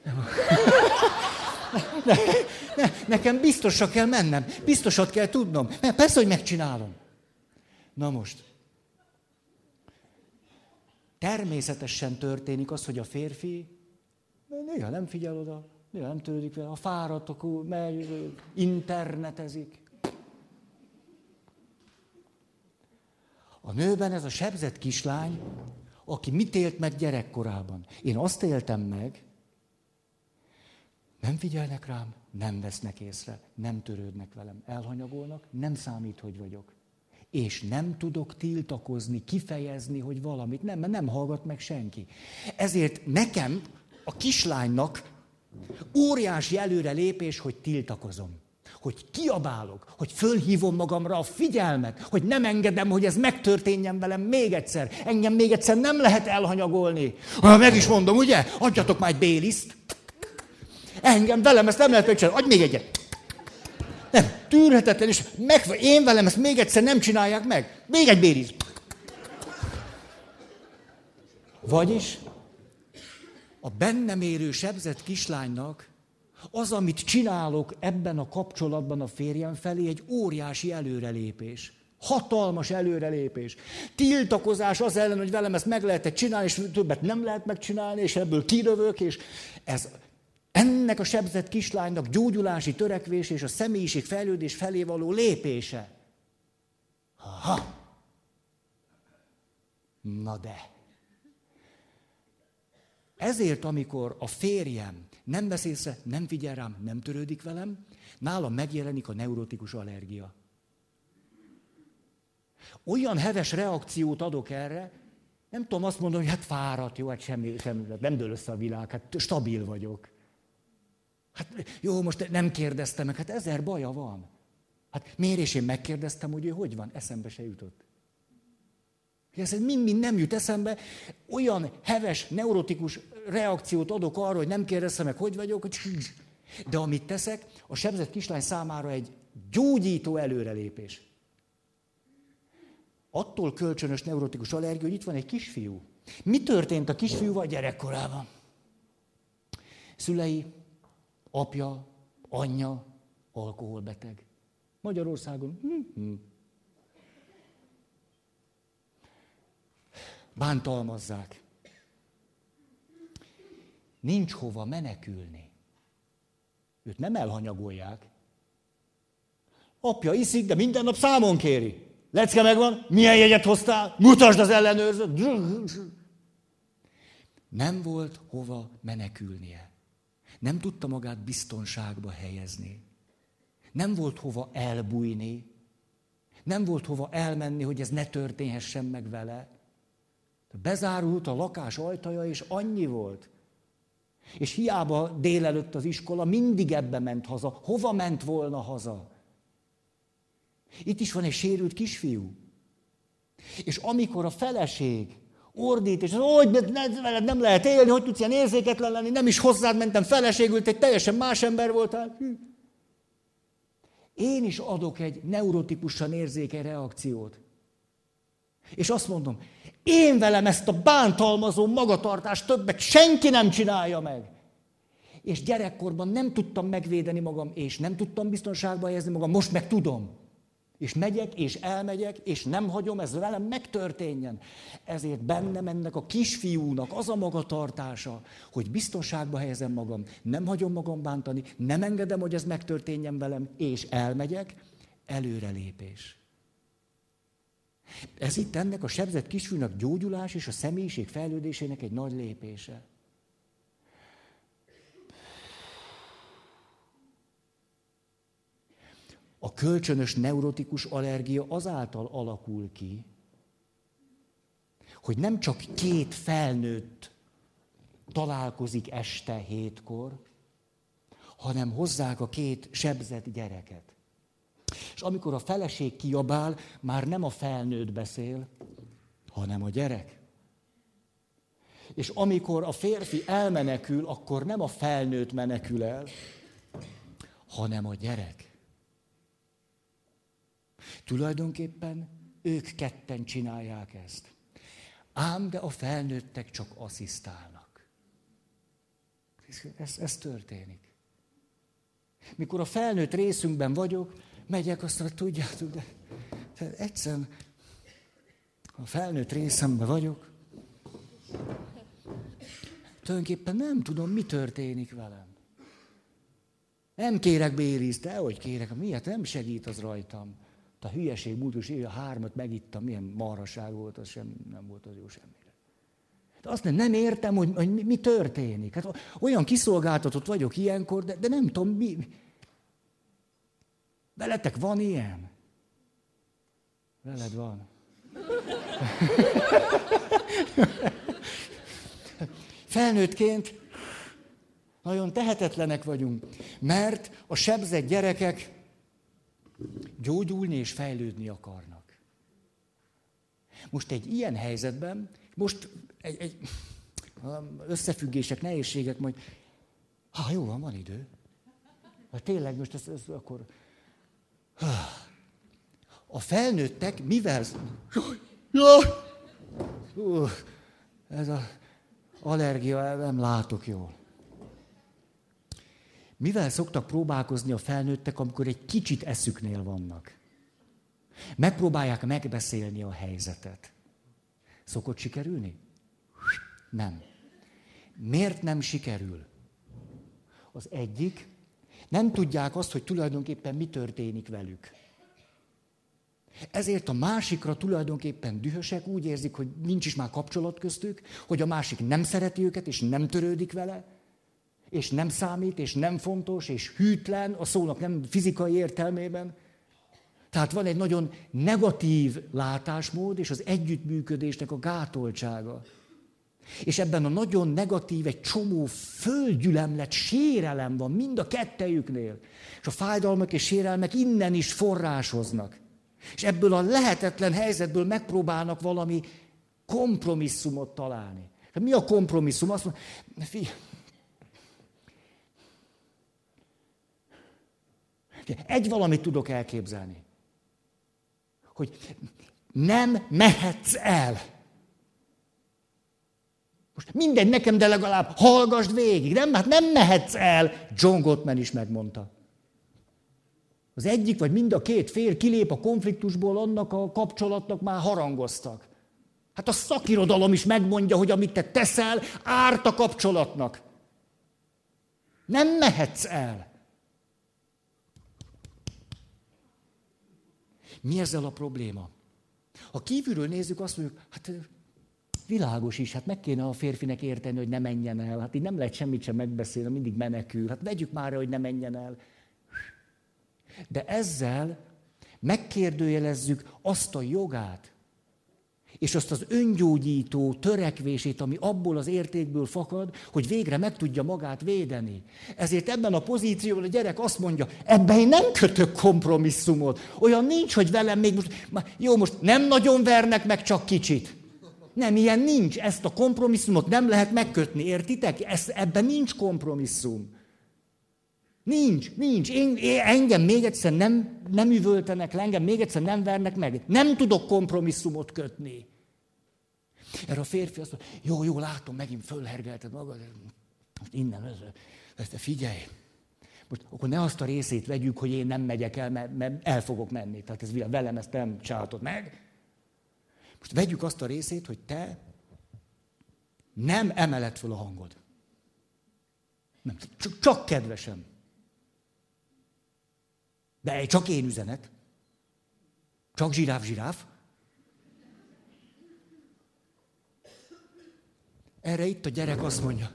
Nekem biztosra kell mennem. Biztosat kell tudnom. Persze, hogy megcsinálom. Na most. Természetesen történik az, hogy a férfi néha nem figyel oda, néha nem törődik vele. Ha fáradt, akkor megy, internetezik. A nőben ez a sebzett kislány, aki mit élt meg gyerekkorában. Én azt éltem meg, nem figyelnek rám, nem vesznek észre, nem törődnek velem, elhanyagolnak, nem számít, hogy vagyok. És nem tudok tiltakozni, kifejezni, hogy valamit, mert nem hallgat meg senki. Ezért nekem, a kislánynak óriási előrelépés, hogy tiltakozom. Hogy kiabálok, hogy fölhívom magamra a figyelmet, hogy nem engedem, hogy ez megtörténjen velem még egyszer. Engem még egyszer nem lehet elhanyagolni. Meg is mondom, ugye? Adjatok már egy Baileys-t. Engem, velem ezt nem lehet megcsinálni. Adj még egyet. Nem, tűrhetetlen, és én velem ezt még egyszer nem csinálják meg. Még egy Baileys. Vagyis a bennem élő sebzett kislánynak az, amit csinálok ebben a kapcsolatban a férjem felé, egy óriási előrelépés. Hatalmas előrelépés. Tiltakozás az ellen, hogy velem ezt meg lehetett csinálni, és többet nem lehet megcsinálni, és ebből kirövök, és ez ennek a sebzett kislánynak gyógyulási törekvés és a személyiség fejlődés felé való lépése. Aha. Na de. Ezért, amikor a férjem nem vesz észre, nem figyel rám, nem törődik velem, nálam megjelenik a neurotikus allergia. Olyan heves reakciót adok erre, nem tudom azt mondani, hogy hát fáradt, jó, hát semmi, nem dől össze a világ, hát stabil vagyok. Hát jó, most nem kérdeztem meg, hát 1000 baja van. Hát miért és én megkérdeztem, hogy ő hogy van? Eszembe se jutott. Ez mind nem jut eszembe, olyan heves, neurotikus reakciót adok arra, hogy nem kérdeztem meg, hogy vagyok, hogy... De amit teszek, a sebzett kislány számára egy gyógyító előrelépés. Attól kölcsönös neurotikus allergia, hogy itt van egy kisfiú. Mi történt a kisfiúval gyerekkorában? Szülei, apja, anyja, alkoholbeteg. Magyarországon. Bántalmazzák. Nincs hova menekülni. Őt nem elhanyagolják. Apja iszik, de minden nap számon kéri. Lecke megvan, milyen jegyet hoztál? Mutasd az ellenőrzőt. Nem volt hova menekülnie. Nem tudta magát biztonságba helyezni. Nem volt hova elbújni. Nem volt hova elmenni, hogy ez ne történhessen meg vele. Bezárult a lakás ajtaja, és annyi volt. És hiába délelőtt az iskola, mindig ebbe ment haza. Hova ment volna haza? Itt is van egy sérült kisfiú. És amikor a feleség ordít, és hogy veled nem lehet élni, hogy tudsz ilyen érzéketlen lenni, nem is hozzád mentem, feleségül, egy teljesen más ember voltál. Én is adok egy neurotikusan érzékeny reakciót. És azt mondom, én velem ezt a bántalmazó magatartást többek senki nem csinálja meg. És gyerekkorban nem tudtam megvédeni magam, és nem tudtam biztonságba helyezni magam, most meg tudom. És megyek, és elmegyek, és nem hagyom, ez velem megtörténjen. Ezért bennem ennek a kisfiúnak az a magatartása, hogy biztonságba helyezem magam, nem hagyom magam bántani, nem engedem, hogy ez megtörténjen velem, és elmegyek, előrelépés. Ez itt ennek a sebzett kisfiúnak gyógyulás és a személyiség fejlődésének egy nagy lépése. A kölcsönös neurotikus allergia azáltal alakul ki, hogy nem csak 2 felnőtt találkozik este 7-kor, hanem hozzák a 2 sebzett gyereket. És amikor a feleség kiabál, már nem a felnőtt beszél, hanem a gyerek. És amikor a férfi elmenekül, akkor nem a felnőtt menekül el, hanem a gyerek. Tulajdonképpen ők ketten csinálják ezt. Ám de a felnőttek csak asszisztálnak. Ez történik. Mikor a felnőtt részünkben vagyok, megyek, azt mondja, tudjátok, de egyszerűen a felnőtt részemben vagyok, tulajdonképpen nem tudom, mi történik velem. Nem kérek bélizt, dehogy kérek, miért nem segít az rajtam. A hülyeség múltos éve 3-at megittam, milyen marhaság volt, az sem, nem volt az jó semmire. De azt nem értem, hogy mi történik. Hát olyan kiszolgáltatott vagyok ilyenkor, de nem tudom, mi. Veletek van ilyen? Veled van. Felnőttként nagyon tehetetlenek vagyunk, mert a sebzett gyerekek gyógyulni és fejlődni akarnak. Most egy ilyen helyzetben, most egy összefüggések, nehézségek, majd, jó van idő. Hát tényleg most ez akkor... A felnőttek mivel... Ez az allergia, nem látok jól. Mivel szoktak próbálkozni a felnőttek, amikor egy kicsit eszüknél vannak? Megpróbálják megbeszélni a helyzetet. Szokott sikerülni? Nem. Miért nem sikerül? Az egyik, nem tudják azt, hogy tulajdonképpen mi történik velük. Ezért a másikra tulajdonképpen dühösek, úgy érzik, hogy nincs is már kapcsolat köztük, hogy a másik nem szereti őket, és nem törődik vele, és nem számít, és nem fontos, és hűtlen, a szónak nem fizikai értelmében. Tehát van egy nagyon negatív látásmód, és az együttműködésnek a gátoltsága. És ebben a nagyon negatív, egy csomó földgyülemlet, sérelem van mind a kettejüknél. És a fájdalmak és sérelmek innen is forrásoznak. És ebből a lehetetlen helyzetből megpróbálnak valami kompromisszumot találni. Mi a kompromisszum? Azt mondja, egy valamit tudok elképzelni. Hogy nem mehetsz el. Most mindegy nekem, de legalább hallgasd végig. Nem, hát nem mehetsz el. John Gottman is megmondta. Az egyik vagy mind a két fél kilép a konfliktusból, annak a kapcsolatnak már harangoztak. Hát a szakirodalom is megmondja, hogy amit te teszel, árt a kapcsolatnak. Nem mehetsz el. Mi ezzel a probléma? Ha kívülről nézzük, azt mondjuk, hát világos is, hát meg kéne a férfinek érteni, hogy ne menjen el. Hát így nem lehet semmit sem megbeszélni, mindig menekül. Hát vegyük már, hogy ne menjen el. De ezzel megkérdőjelezzük azt a jogát, és azt az öngyógyító törekvését, ami abból az értékből fakad, hogy végre meg tudja magát védeni. Ezért ebben a pozícióban a gyerek azt mondja, ebben én nem kötök kompromisszumot. Olyan nincs, hogy velem még most nem nagyon vernek meg, csak kicsit. Nem, ilyen nincs. Ezt a kompromisszumot nem lehet megkötni, értitek? Ebben nincs kompromisszum. Nincs. Engem még egyszer nem üvöltenek le, engem még egyszer nem vernek meg. Nem tudok kompromisszumot kötni. Erre a férfi azt mondja, jó, látom, megint fölhergelted magad. Most innen, figyelj. Most akkor ne azt a részét vegyük, hogy én nem megyek el, mert el fogok menni. Tehát ez velem ezt nem csináltad meg. Most vegyük azt a részét, hogy te nem emeled föl a hangod. Nem, csak kedvesem. De csak én üzenet. Csak zsiráf. Erre itt a gyerek azt mondja.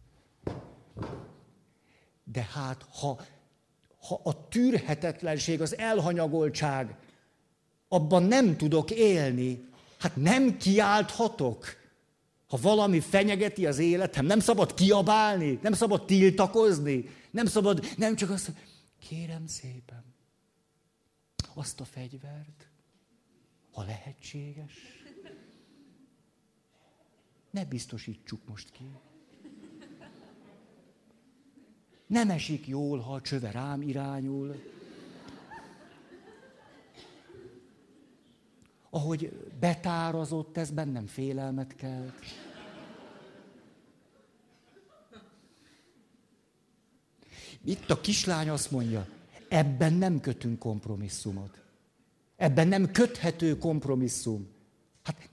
De hát, ha a tűrhetetlenség, az elhanyagoltság, abban nem tudok élni, hát nem kiálthatok. Ha valami fenyegeti az életem, nem szabad kiabálni, nem szabad tiltakozni, nem csak azt, kérem szépen, azt a fegyvert, ha lehetséges, ne biztosítsuk most ki. Nem esik jól, ha a csöve rám irányul. Ahogy betárazott, ez bennem félelmet kelt. Itt a kislány azt mondja, ebben nem kötünk kompromisszumot. Ebben nem köthető kompromisszum. Hát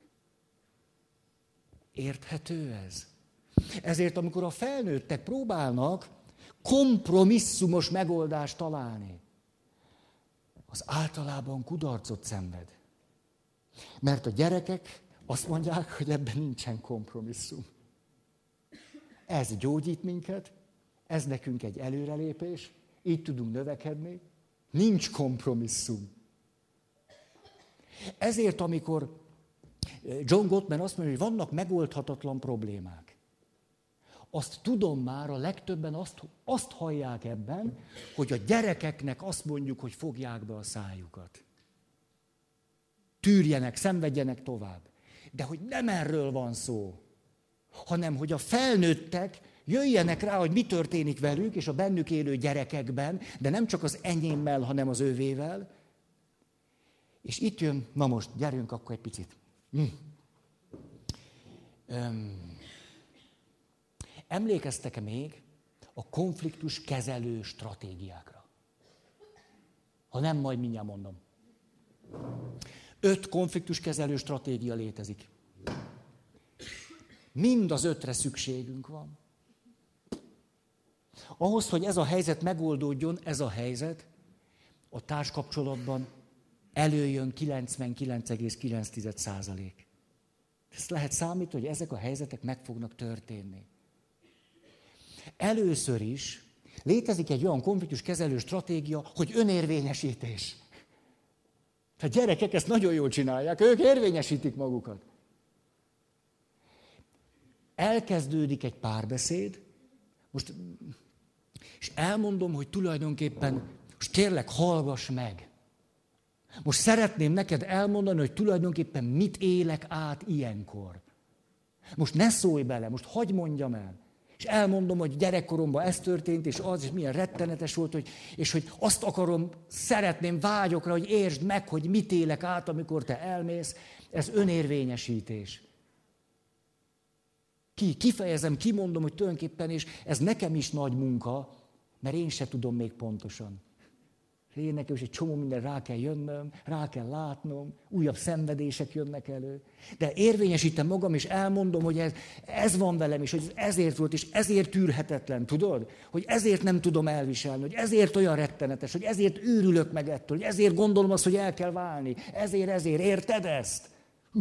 érthető ez? Ezért, amikor a felnőttek próbálnak kompromisszumos megoldást találni, az általában kudarcot szenved. Mert a gyerekek azt mondják, hogy ebben nincsen kompromisszum. Ez gyógyít minket, ez nekünk egy előrelépés, így tudunk növekedni, nincs kompromisszum. Ezért, amikor John Gottman azt mondja, hogy vannak megoldhatatlan problémák, azt tudom már, a legtöbben azt hallják ebben, hogy a gyerekeknek azt mondjuk, hogy fogják be a szájukat. Tűrjenek, szenvedjenek tovább. De hogy nem erről van szó, hanem hogy a felnőttek jöjjenek rá, hogy mi történik velük, és a bennük élő gyerekekben, de nem csak az enyémmel, hanem az övével. És itt jön, na most, gyerünk akkor egy picit. Emlékeztek-e még a konfliktus kezelő stratégiákra? Ha nem, majd mindjárt mondom. 5 konfliktuskezelő stratégia létezik. Mind az 5-re szükségünk van. Ahhoz, hogy ez a helyzet megoldódjon, ez a helyzet a társkapcsolatban előjön 99,9%. Ezt lehet számítani, hogy ezek a helyzetek meg fognak történni. Először is létezik egy olyan konfliktuskezelő stratégia, hogy önérvényesítés. A gyerekek ezt nagyon jól csinálják, ők érvényesítik magukat. Elkezdődik egy párbeszéd, most, és elmondom, hogy tulajdonképpen, most kérlek, hallgass meg. Most szeretném neked elmondani, hogy tulajdonképpen mit élek át ilyenkor. Most ne szólj bele, most hadd mondjam el. És elmondom, hogy gyerekkoromban ez történt, és az, és milyen rettenetes volt, és hogy azt akarom, szeretném, vágyok rá, hogy értsd meg, hogy mit élek át, amikor te elmész. Ez önérvényesítés. Kifejezem, kimondom, hogy tulajdonképpen, és ez nekem is nagy munka, mert én se tudom még pontosan. Én nekem is egy csomó minden rá kell jönnöm, rá kell látnom, újabb szenvedések jönnek elő. De érvényesítem magam, és elmondom, hogy ez van velem, és hogy ez ezért volt, és ezért tűrhetetlen, tudod? Hogy ezért nem tudom elviselni, hogy ezért olyan rettenetes, hogy ezért őrülök meg ettől, hogy ezért gondolom azt, hogy el kell válni. Ezért, érted ezt?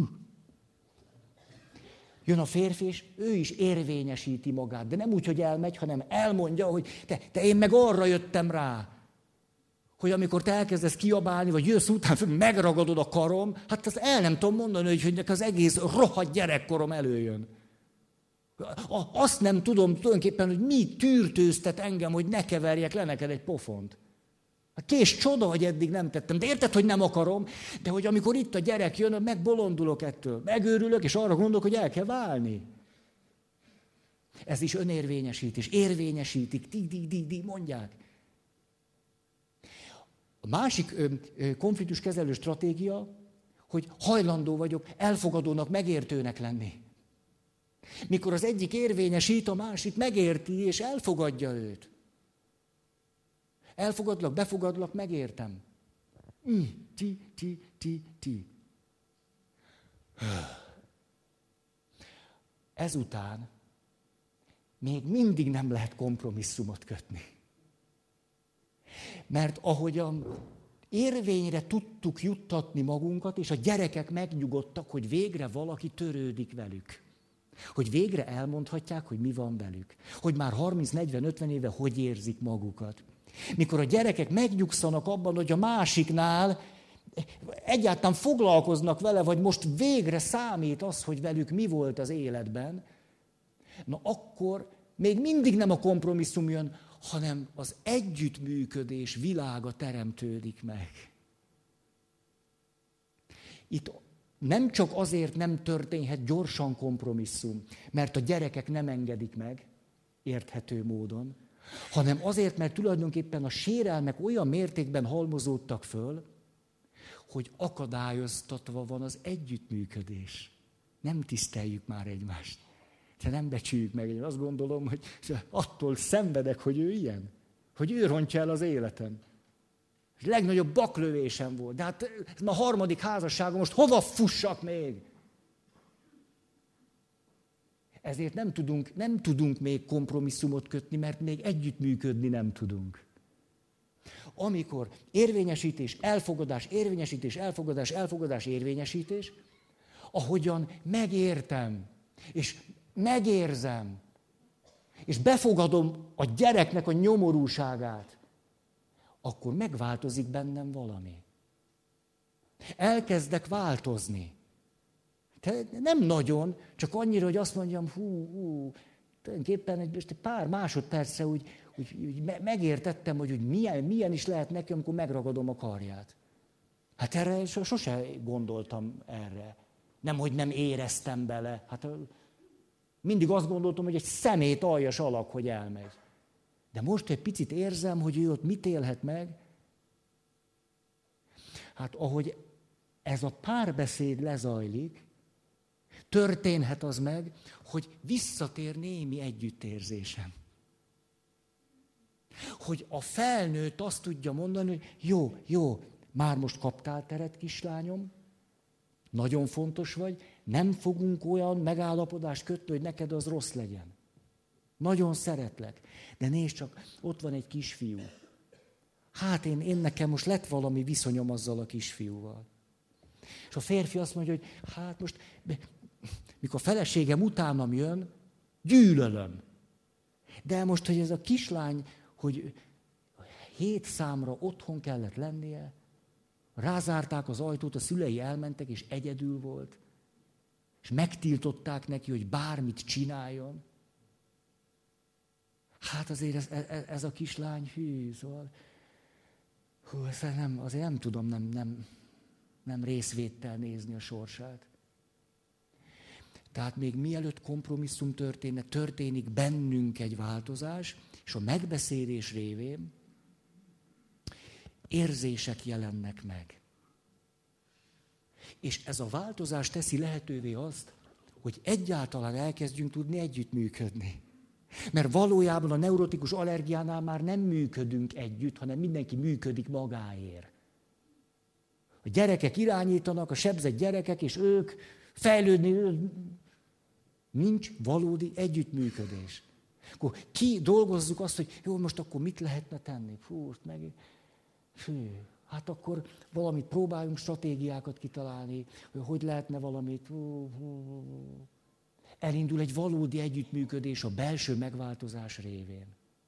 Jön a férfi, és ő is érvényesíti magát, de nem úgy, hogy elmegy, hanem elmondja, hogy te én meg arra jöttem rá, hogy amikor te elkezdesz kiabálni, vagy jössz után, megragadod a karom, hát azt el nem tudom mondani, hogy az egész rohadt gyerekkorom előjön. Azt nem tudom tulajdonképpen, hogy mi tűrtőztet engem, hogy ne keverjek le neked egy pofont. A kés csoda, hogy eddig nem tettem. De érted, hogy nem akarom, de hogy amikor itt a gyerek jön, megbolondulok ettől. Megőrülök, és arra gondolok, hogy el kell válni. Ez is önérvényesítés. Érvényesítik, mondják. A másik konfliktuskezelő stratégia, hogy hajlandó vagyok elfogadónak, megértőnek lenni. Mikor az egyik érvényesít, a másik megérti és elfogadja őt. Elfogadlak, befogadlak, megértem. Ezután még mindig nem lehet kompromisszumot kötni. Mert ahogyan érvényre tudtuk juttatni magunkat, és a gyerekek megnyugodtak, hogy végre valaki törődik velük. Hogy végre elmondhatják, hogy mi van velük. Hogy már 30-40-50 éve hogy érzik magukat. Mikor a gyerekek megnyugszanak abban, hogy a másiknál egyáltalán foglalkoznak vele, vagy most végre számít az, hogy velük mi volt az életben, na akkor még mindig nem a kompromisszum jön, hanem az együttműködés világa teremtődik meg. Itt nem csak azért nem történhet gyorsan kompromisszum, mert a gyerekek nem engedik meg, érthető módon, hanem azért, mert tulajdonképpen a sérelmek olyan mértékben halmozódtak föl, hogy akadályoztatva van az együttműködés. Nem tiszteljük már egymást. De nem becsüljük meg. Én azt gondolom, hogy attól szenvedek, hogy ő ilyen. Hogy ő rontja el az életem. A legnagyobb baklövésem volt. De hát ez ma a 3. házasságom, most hova fussak még? Ezért nem tudunk még kompromisszumot kötni, mert még együttműködni nem tudunk. Amikor érvényesítés, elfogadás, érvényesítés, elfogadás, elfogadás, érvényesítés, ahogyan megértem, és megérzem, és befogadom a gyereknek a nyomorúságát, akkor megváltozik bennem valami. Elkezdek változni. Nem nagyon, csak annyira, hogy azt mondjam, tulajdonképpen egy pár másodpercre úgy megértettem, hogy milyen is lehet neki, amikor megragadom a karját. Hát erre sose gondoltam erre. Nem, hogy nem éreztem bele. Hát mindig azt gondoltam, hogy egy szemét aljas alak, hogy elmegy. De most egy picit érzem, hogy ő ott mit élhet meg. Hát ahogy ez a párbeszéd lezajlik, történhet az meg, hogy visszatér némi együttérzésem. Hogy a felnőtt azt tudja mondani, hogy jó, már most kaptál teret, kislányom, nagyon fontos vagy, nem fogunk olyan megállapodást kötni, hogy neked az rossz legyen. Nagyon szeretlek. De nézd csak, ott van egy kisfiú. Hát én nekem most lett valami viszonyom azzal a kisfiúval. És a férfi azt mondja, hogy hát most, mikor a feleségem utánam jön, gyűlölöm. De most, hogy ez a kislány, hogy 7 számra otthon kellett lennie, rázárták az ajtót, a szülei elmentek, és egyedül volt, és megtiltották neki, hogy bármit csináljon. Hát azért ez a kislány, hű, szóval, azért nem tudom nem részvéttel nézni a sorsát. Tehát még mielőtt kompromisszum történik bennünk egy változás, és a megbeszélés révén érzések jelennek meg. És ez a változás teszi lehetővé azt, hogy egyáltalán elkezdjünk tudni együttműködni. Mert valójában a neurotikus allergiánál már nem működünk együtt, hanem mindenki működik magáért. A gyerekek irányítanak, a sebzett gyerekek, és ők fejlődni, nincs valódi együttműködés. Akkor dolgozzuk azt, hogy jó, most akkor mit lehetne tenni? Hát akkor valamit próbáljunk, stratégiákat kitalálni, hogy lehetne valamit. Elindul egy valódi együttműködés a belső megváltozás révén.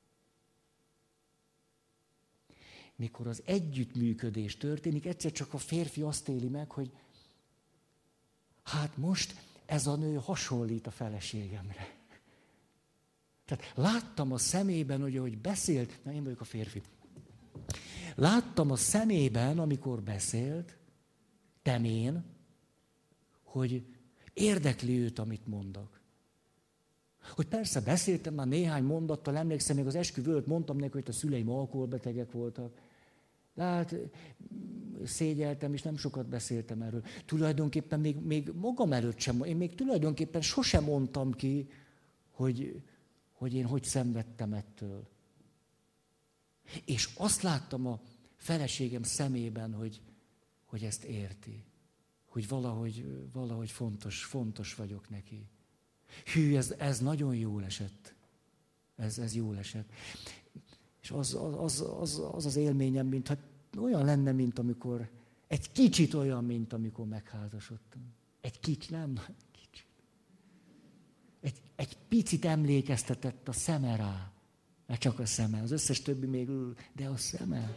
Mikor az együttműködés történik, egyszer csak a férfi azt éli meg, hogy hát most ez a nő hasonlít a feleségemre. Tehát láttam a szemében, hogy ahogy beszélt, én vagyok a férfi. Láttam a szemében, amikor beszélt, temén, hogy érdekli őt, amit mondok. Hogy persze beszéltem már néhány mondattal, emlékszem, még az esküvő előtt mondtam neki, hogy a szüleim alkoholbetegek voltak. De hát szégyeltem, és nem sokat beszéltem erről. Tulajdonképpen még magam előtt sem, én még tulajdonképpen sosem mondtam ki, hogy én hogy szenvedtem ettől. És azt láttam a feleségem szemében, hogy ezt érti. Hogy valahogy fontos vagyok neki. Hű, ez nagyon jól esett. Ez jól esett. És az élményem, mintha olyan lenne, mint amikor, egy kicsit olyan, mint amikor megházasodtam. Egy kicsit, nem kicsit. Egy picit emlékeztetett a szeme rá. Mert csak a szeme. Az összes többi még de a szeme.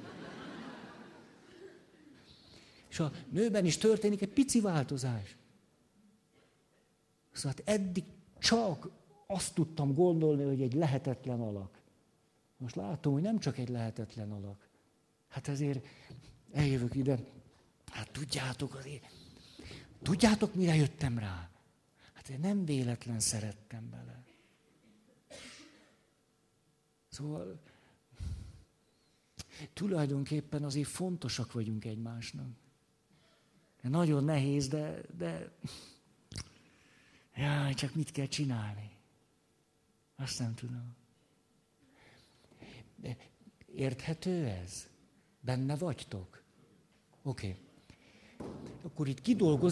És a nőben is történik egy pici változás. Szóval eddig csak azt tudtam gondolni, hogy egy lehetetlen alak. Most látom, hogy nem csak egy lehetetlen alak. Hát ezért eljövök ide. Hát tudjátok, mire jöttem rá? Hát én nem véletlen szerettem bele. Szóval tulajdonképpen azért fontosak vagyunk egymásnak. Nagyon nehéz, de jaj, csak mit kell csinálni? Azt nem tudom. Érthető ez? Benne vagytok? Oké. Akkor itt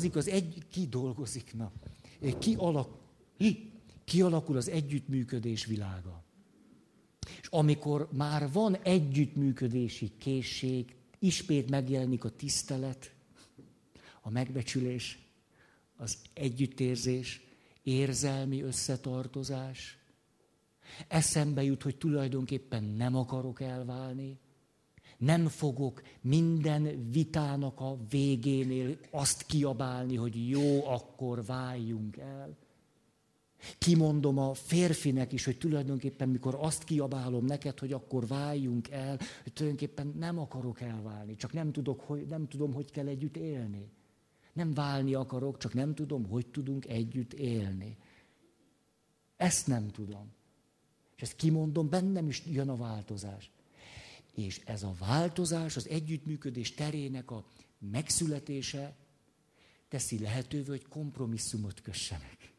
kialakul az együttműködés világa. És amikor már van együttműködési készség, ismét megjelenik a tisztelet, a megbecsülés, az együttérzés, érzelmi összetartozás. Eszembe jut, hogy tulajdonképpen nem akarok elválni, nem fogok minden vitának a végénél azt kiabálni, hogy jó, akkor váljunk el. Kimondom a férfinek is, hogy tulajdonképpen mikor azt kiabálom neked, hogy akkor váljunk el, hogy tulajdonképpen nem akarok elválni, csak nem tudom, hogy kell együtt élni. Nem válni akarok, csak nem tudom, hogy tudunk együtt élni. Ezt nem tudom. És ezt kimondom, bennem is jön a változás. És ez a változás, az együttműködés terének a megszületése teszi lehetővé, hogy kompromisszumot kössenek.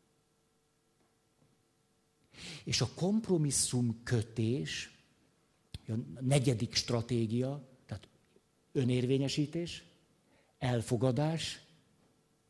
És a kompromisszum kötés, a 4. stratégia, tehát önérvényesítés, elfogadás,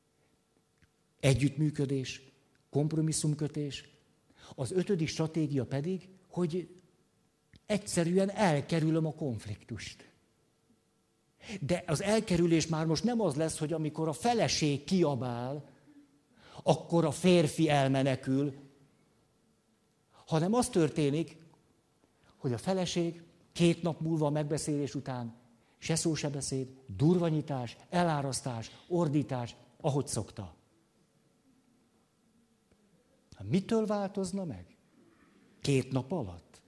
együttműködés, kompromisszumkötés. Az 5. stratégia pedig, hogy egyszerűen elkerülöm a konfliktust. De az elkerülés már most nem az lesz, hogy amikor a feleség kiabál, akkor a férfi elmenekül, hanem az történik, hogy a feleség 2 nap múlva a megbeszélés után se szó se beszéd, durvanyítás, elárasztás, ordítás, ahogy szokta. Mitől változna meg? 2 nap alatt.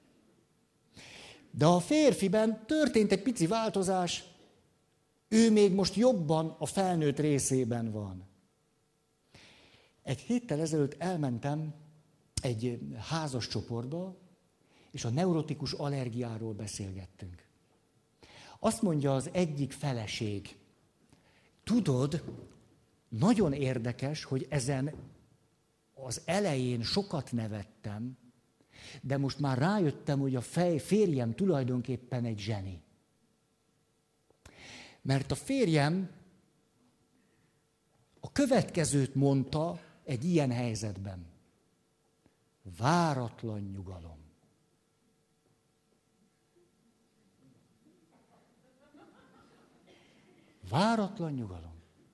De a férfiben történt egy pici változás, ő még most jobban a felnőtt részében van. Egy héttel ezelőtt elmentem egy házas csoportba, és a neurotikus allergiáról beszélgettünk. Azt mondja az egyik feleség, tudod, nagyon érdekes, hogy ezen az elején sokat nevettem, de most már rájöttem, hogy a férjem tulajdonképpen egy zseni. Mert a férjem a következőt mondta egy ilyen helyzetben. Váratlan nyugalom. Váratlan nyugalom.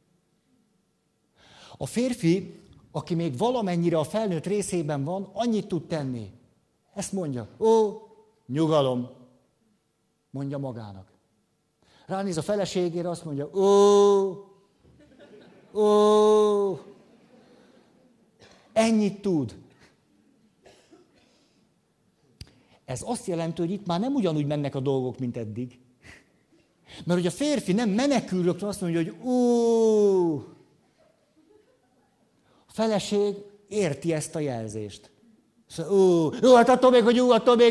A férfi, aki még valamennyire a felnőtt részében van, annyit tud tenni. Ezt mondja, nyugalom, mondja magának. Ránéz a feleségére, azt mondja, ennyit tud. Ez azt jelenti, hogy itt már nem ugyanúgy mennek a dolgok, mint eddig. Mert hogy a férfi nem menekül rögtön, azt mondja, hogy a feleség érti ezt a jelzést. Szóval, hát attól még.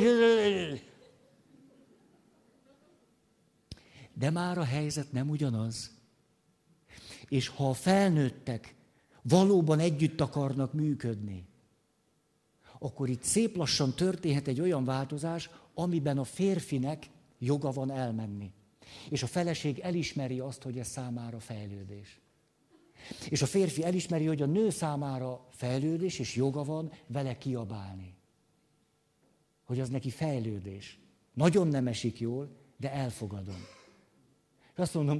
De már a helyzet nem ugyanaz. És ha a felnőttek valóban együtt akarnak működni, akkor itt szép lassan történhet egy olyan változás, amiben a férfinek joga van elmenni. És a feleség elismeri azt, hogy ez számára fejlődés. És a férfi elismeri, hogy a nő számára fejlődés, és joga van vele kiabálni. Hogy az neki fejlődés. Nagyon nem esik jól, de elfogadom. És azt mondom,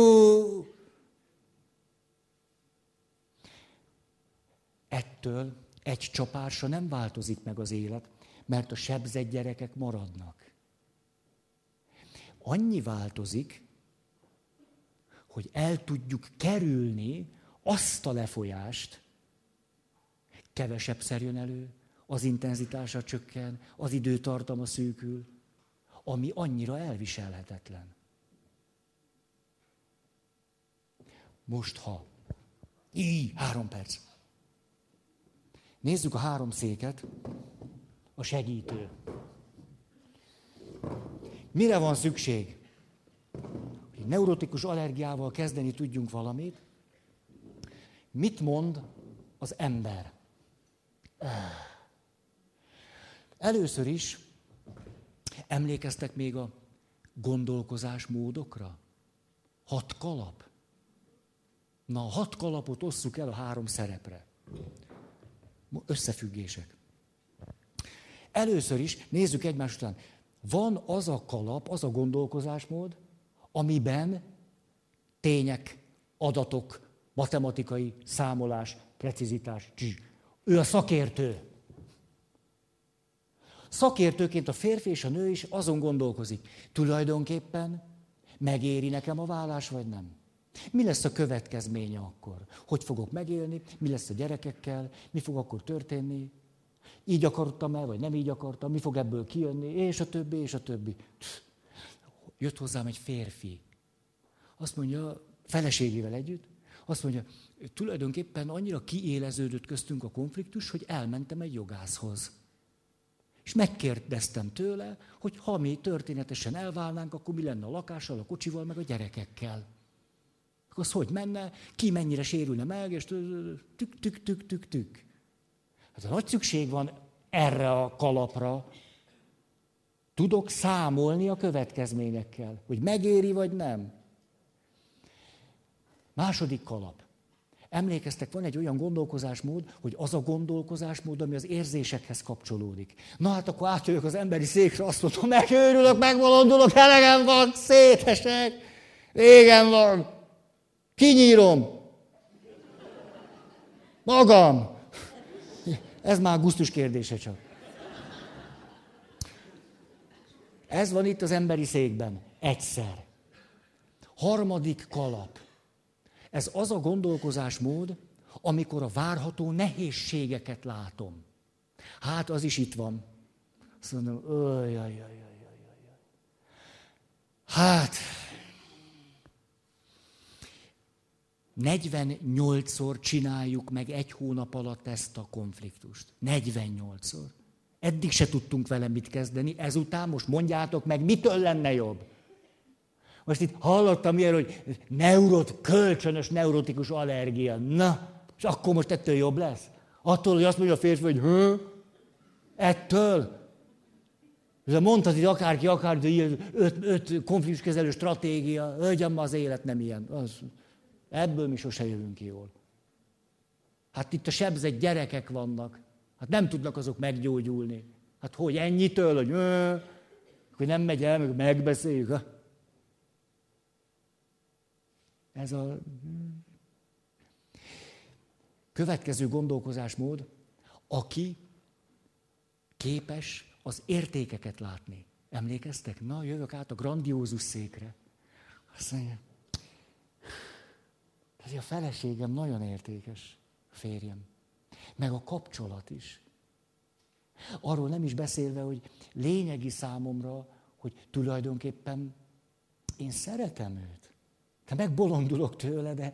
ettől egy csapásra nem változik meg az élet, mert a sebzett gyerekek maradnak. Annyi változik, hogy el tudjuk kerülni azt a lefolyást, kevesebbszer jön elő, az intenzitása csökken, az időtartama szűkül, ami annyira elviselhetetlen. Most 3 perc. Nézzük a 3 széket, a segítő. Mire van szükség? Hogy neurotikus allergiával kezdeni tudjunk valamit. Mit mond az ember? Először is emlékeztek még a gondolkozás módokra? 6 kalap. Na, a 6 kalapot osszuk el a 3 szerepre. Összefüggések. Először is nézzük egymás után. Van az a kalap, az a gondolkozásmód, amiben tények, adatok, matematikai számolás, precizitás. Ő a szakértő. Szakértőként a férfi és a nő is azon gondolkozik. Tulajdonképpen megéri nekem a vállás, vagy nem? Mi lesz a következménye akkor? Hogy fogok megélni? Mi lesz a gyerekekkel? Mi fog akkor történni? Így akartam el, vagy nem így akartam? Mi fog ebből kijönni? És a többi, és a többi. Jött hozzám egy férfi. Azt mondja, feleségével együtt, azt mondja, tulajdonképpen annyira kiéleződött köztünk a konfliktus, hogy elmentem egy jogászhoz. És megkérdeztem tőle, hogy ha mi történetesen elválnánk, akkor mi lenne a lakással, a kocsival, meg a gyerekekkel. Akkor az hogy menne, ki mennyire sérülne meg, és tük. Hát nagy szükség van erre a kalapra. Tudok számolni a következményekkel, hogy megéri vagy nem. Második kalap. Emlékeztek, van egy olyan gondolkozásmód, hogy az a gondolkozásmód, ami az érzésekhez kapcsolódik. Na hát akkor átjövök az emberi székre, azt mondom, megőrülök, megbolondulok, elegem van, szétesek, végem van, kinyírom. Magam. Ez már gusztus kérdése csak. Ez van itt az emberi székben. Egyszer. Harmadik kalap. Ez az a gondolkozásmód, amikor a várható nehézségeket látom. Hát, az is itt van. Azt mondom, hát, 48-szor csináljuk meg egy hónap alatt ezt a konfliktust. 48-szor. Eddig se tudtunk vele mit kezdeni, ezután most mondjátok meg, mitől lenne jobb. Most itt hallottam ilyen, hogy kölcsönös neurotikus allergia. Na, és akkor most ettől jobb lesz? Attól, hogy azt mondja a férfi, hogy ettől? Mondtad itt akárki, de ilyen 5 konfliktuskezelő stratégia, hölgyem, az élet nem ilyen. Ebből mi sose jövünk ki jól. Hát itt a sebzett gyerekek vannak. Hát nem tudnak azok meggyógyulni. Hát hogy ennyitől, hogy nem megy el, meg megbeszéljük. Ez a következő gondolkozásmód, aki képes az értékeket látni. Emlékeztek? Na, jövök át a grandiózus székre. Azt mondja, ez a feleségem nagyon értékes, a férjem. Meg a kapcsolat is. Arról nem is beszélve, hogy lényegi számomra, hogy tulajdonképpen én szeretem őt. De megbolondulok tőle, de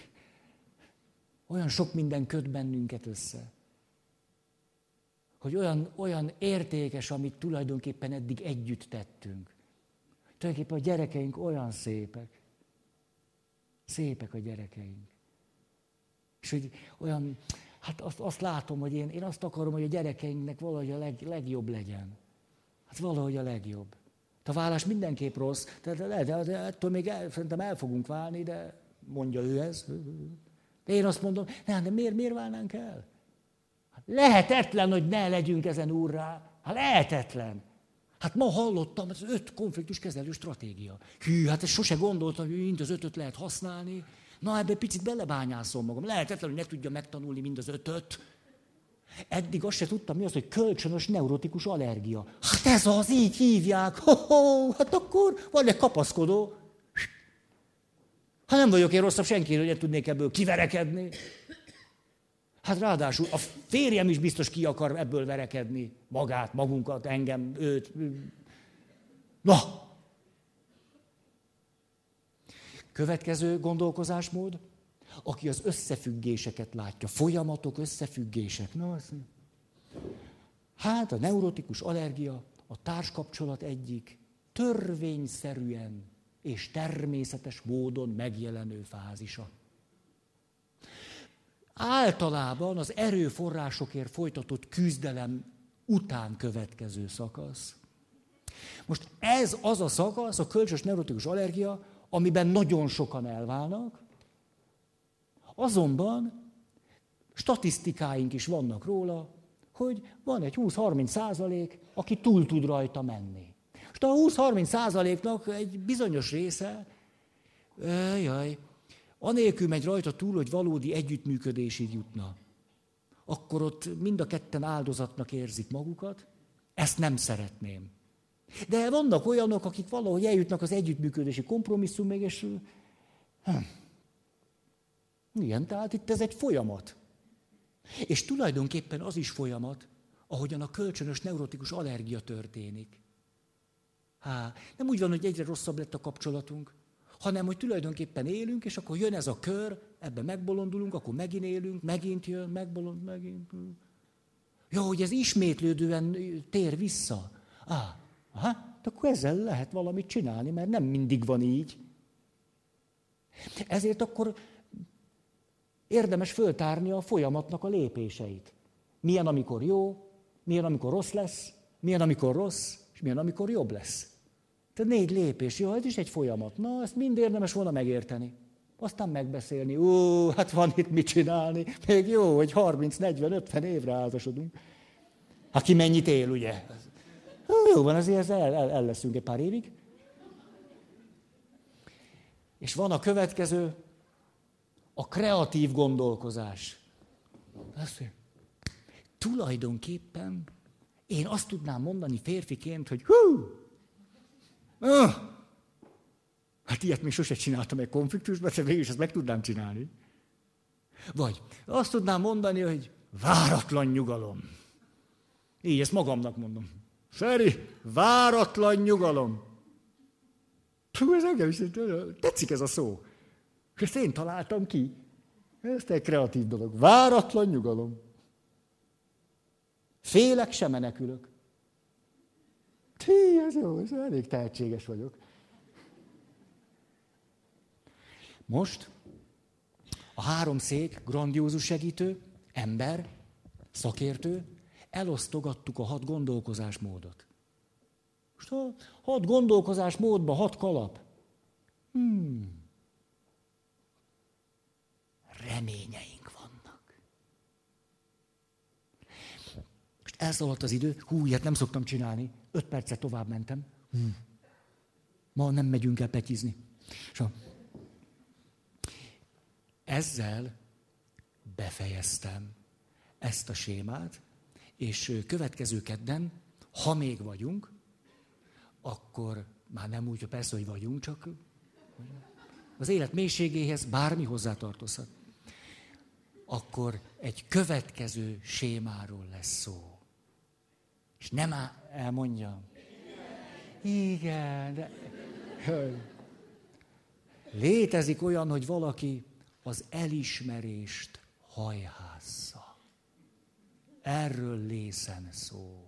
olyan sok minden köt bennünket össze. Hogy olyan értékes, amit tulajdonképpen eddig együtt tettünk. Tulajdonképpen a gyerekeink olyan szépek. Szépek a gyerekeink. És hogy olyan, hát azt látom, hogy én azt akarom, hogy a gyerekeinknek valahogy a legjobb legyen. Hát valahogy a legjobb. A válás mindenképp rossz, de ettől még szerintem el fogunk válni, de mondja ő ez. De én azt mondom, de miért válnánk el? Hát lehetetlen, hogy ne legyünk ezen úrrá. Hát lehetetlen. Hát ma hallottam, ez 5 konfliktuskezelő stratégia. Hát ezt sose gondoltam, hogy mind az 5-öt lehet használni. Na, ebbe picit belebányászom magam. Lehetetlen, hogy ne tudja megtanulni mind az 5-öt. Eddig azt se tudtam, mi az, hogy kölcsönös neurotikus allergia. Hát ez az, így hívják. Hát akkor van egy kapaszkodó. Hát nem vagyok én rosszabb senkiről, hogy tudnék ebből kiverekedni. Hát ráadásul a férjem is biztos ki akar ebből verekedni. Magát, magunkat, engem, őt. Na! Következő gondolkozásmód, aki az összefüggéseket látja. Folyamatok, összefüggések. Na, hát a neurotikus allergia a társkapcsolat egyik törvényszerűen és természetes módon megjelenő fázisa. Általában az erőforrásokért folytatott küzdelem után következő szakasz. Most ez az a szakasz, a kölcsönös neurotikus allergia, amiben nagyon sokan elválnak, azonban statisztikáink is vannak róla, hogy van egy 20-30%, aki túl tud rajta menni. Most a 20-30%-nak egy bizonyos része, anélkül megy rajta túl, hogy valódi együttműködésig jutna. Akkor ott mind a ketten áldozatnak érzik magukat, ezt nem szeretném. De vannak olyanok, akik valahogy eljutnak az együttműködési kompromisszumig, és igen, tehát itt ez egy folyamat. És tulajdonképpen az is folyamat, ahogyan a kölcsönös neurotikus allergia történik. Nem úgy van, hogy egyre rosszabb lett a kapcsolatunk, hanem hogy tulajdonképpen élünk, és akkor jön ez a kör, ebben megbolondulunk, akkor megint élünk, megint jön, megbolond, megint. Jó, hogy ez ismétlődően tér vissza. Akkor ezzel lehet valamit csinálni, mert nem mindig van így. Ezért akkor érdemes föltárni a folyamatnak a lépéseit. Milyen, amikor jó, milyen, amikor rossz lesz, milyen, amikor rossz, és milyen, amikor jobb lesz. Tehát 4 lépés. Jó, ez is egy folyamat. Na, ezt mind érdemes volna megérteni. Aztán megbeszélni, hát van itt mit csinálni. Még jó, hogy 30-40-50 évre házasodunk. Hát ki mennyit él, ugye? Jó van, azért el leszünk egy pár évig. És van a következő, a kreatív gondolkozás. Azt mondja, tulajdonképpen én azt tudnám mondani férfiként, hogy hát ilyet még sose csináltam egy konfliktusban, de végül is ezt meg tudnám csinálni. Vagy azt tudnám mondani, hogy váratlan nyugalom. Így ezt magamnak mondom. Feri, váratlan nyugalom. Ez engem is tetszik ez a szó. Ezt én találtam ki. Ez egy kreatív dolog. Váratlan nyugalom. Félek, se menekülök. Ez jó, ez elég tehetséges vagyok. Most a 3 szék, grandiózus segítő, ember, szakértő, elosztogattuk a 6 gondolkozásmódot. Most a 6 gondolkozásmódban 6 kalap. Reményeink vannak. Most elszaladt az idő, ilyet nem szoktam csinálni, 5 percet tovább mentem. Ma nem megyünk el petyizni. Ezzel befejeztem ezt a sémát, és következő kedden, ha még vagyunk, akkor már nem úgy, persze, hogy vagyunk, csak az élet mélységéhez bármi hozzátartozhat. Akkor egy következő sémáról lesz szó. És nem elmondjam. Igen. De... Létezik olyan, hogy valaki az elismerést hajházza. Erről lészen szó.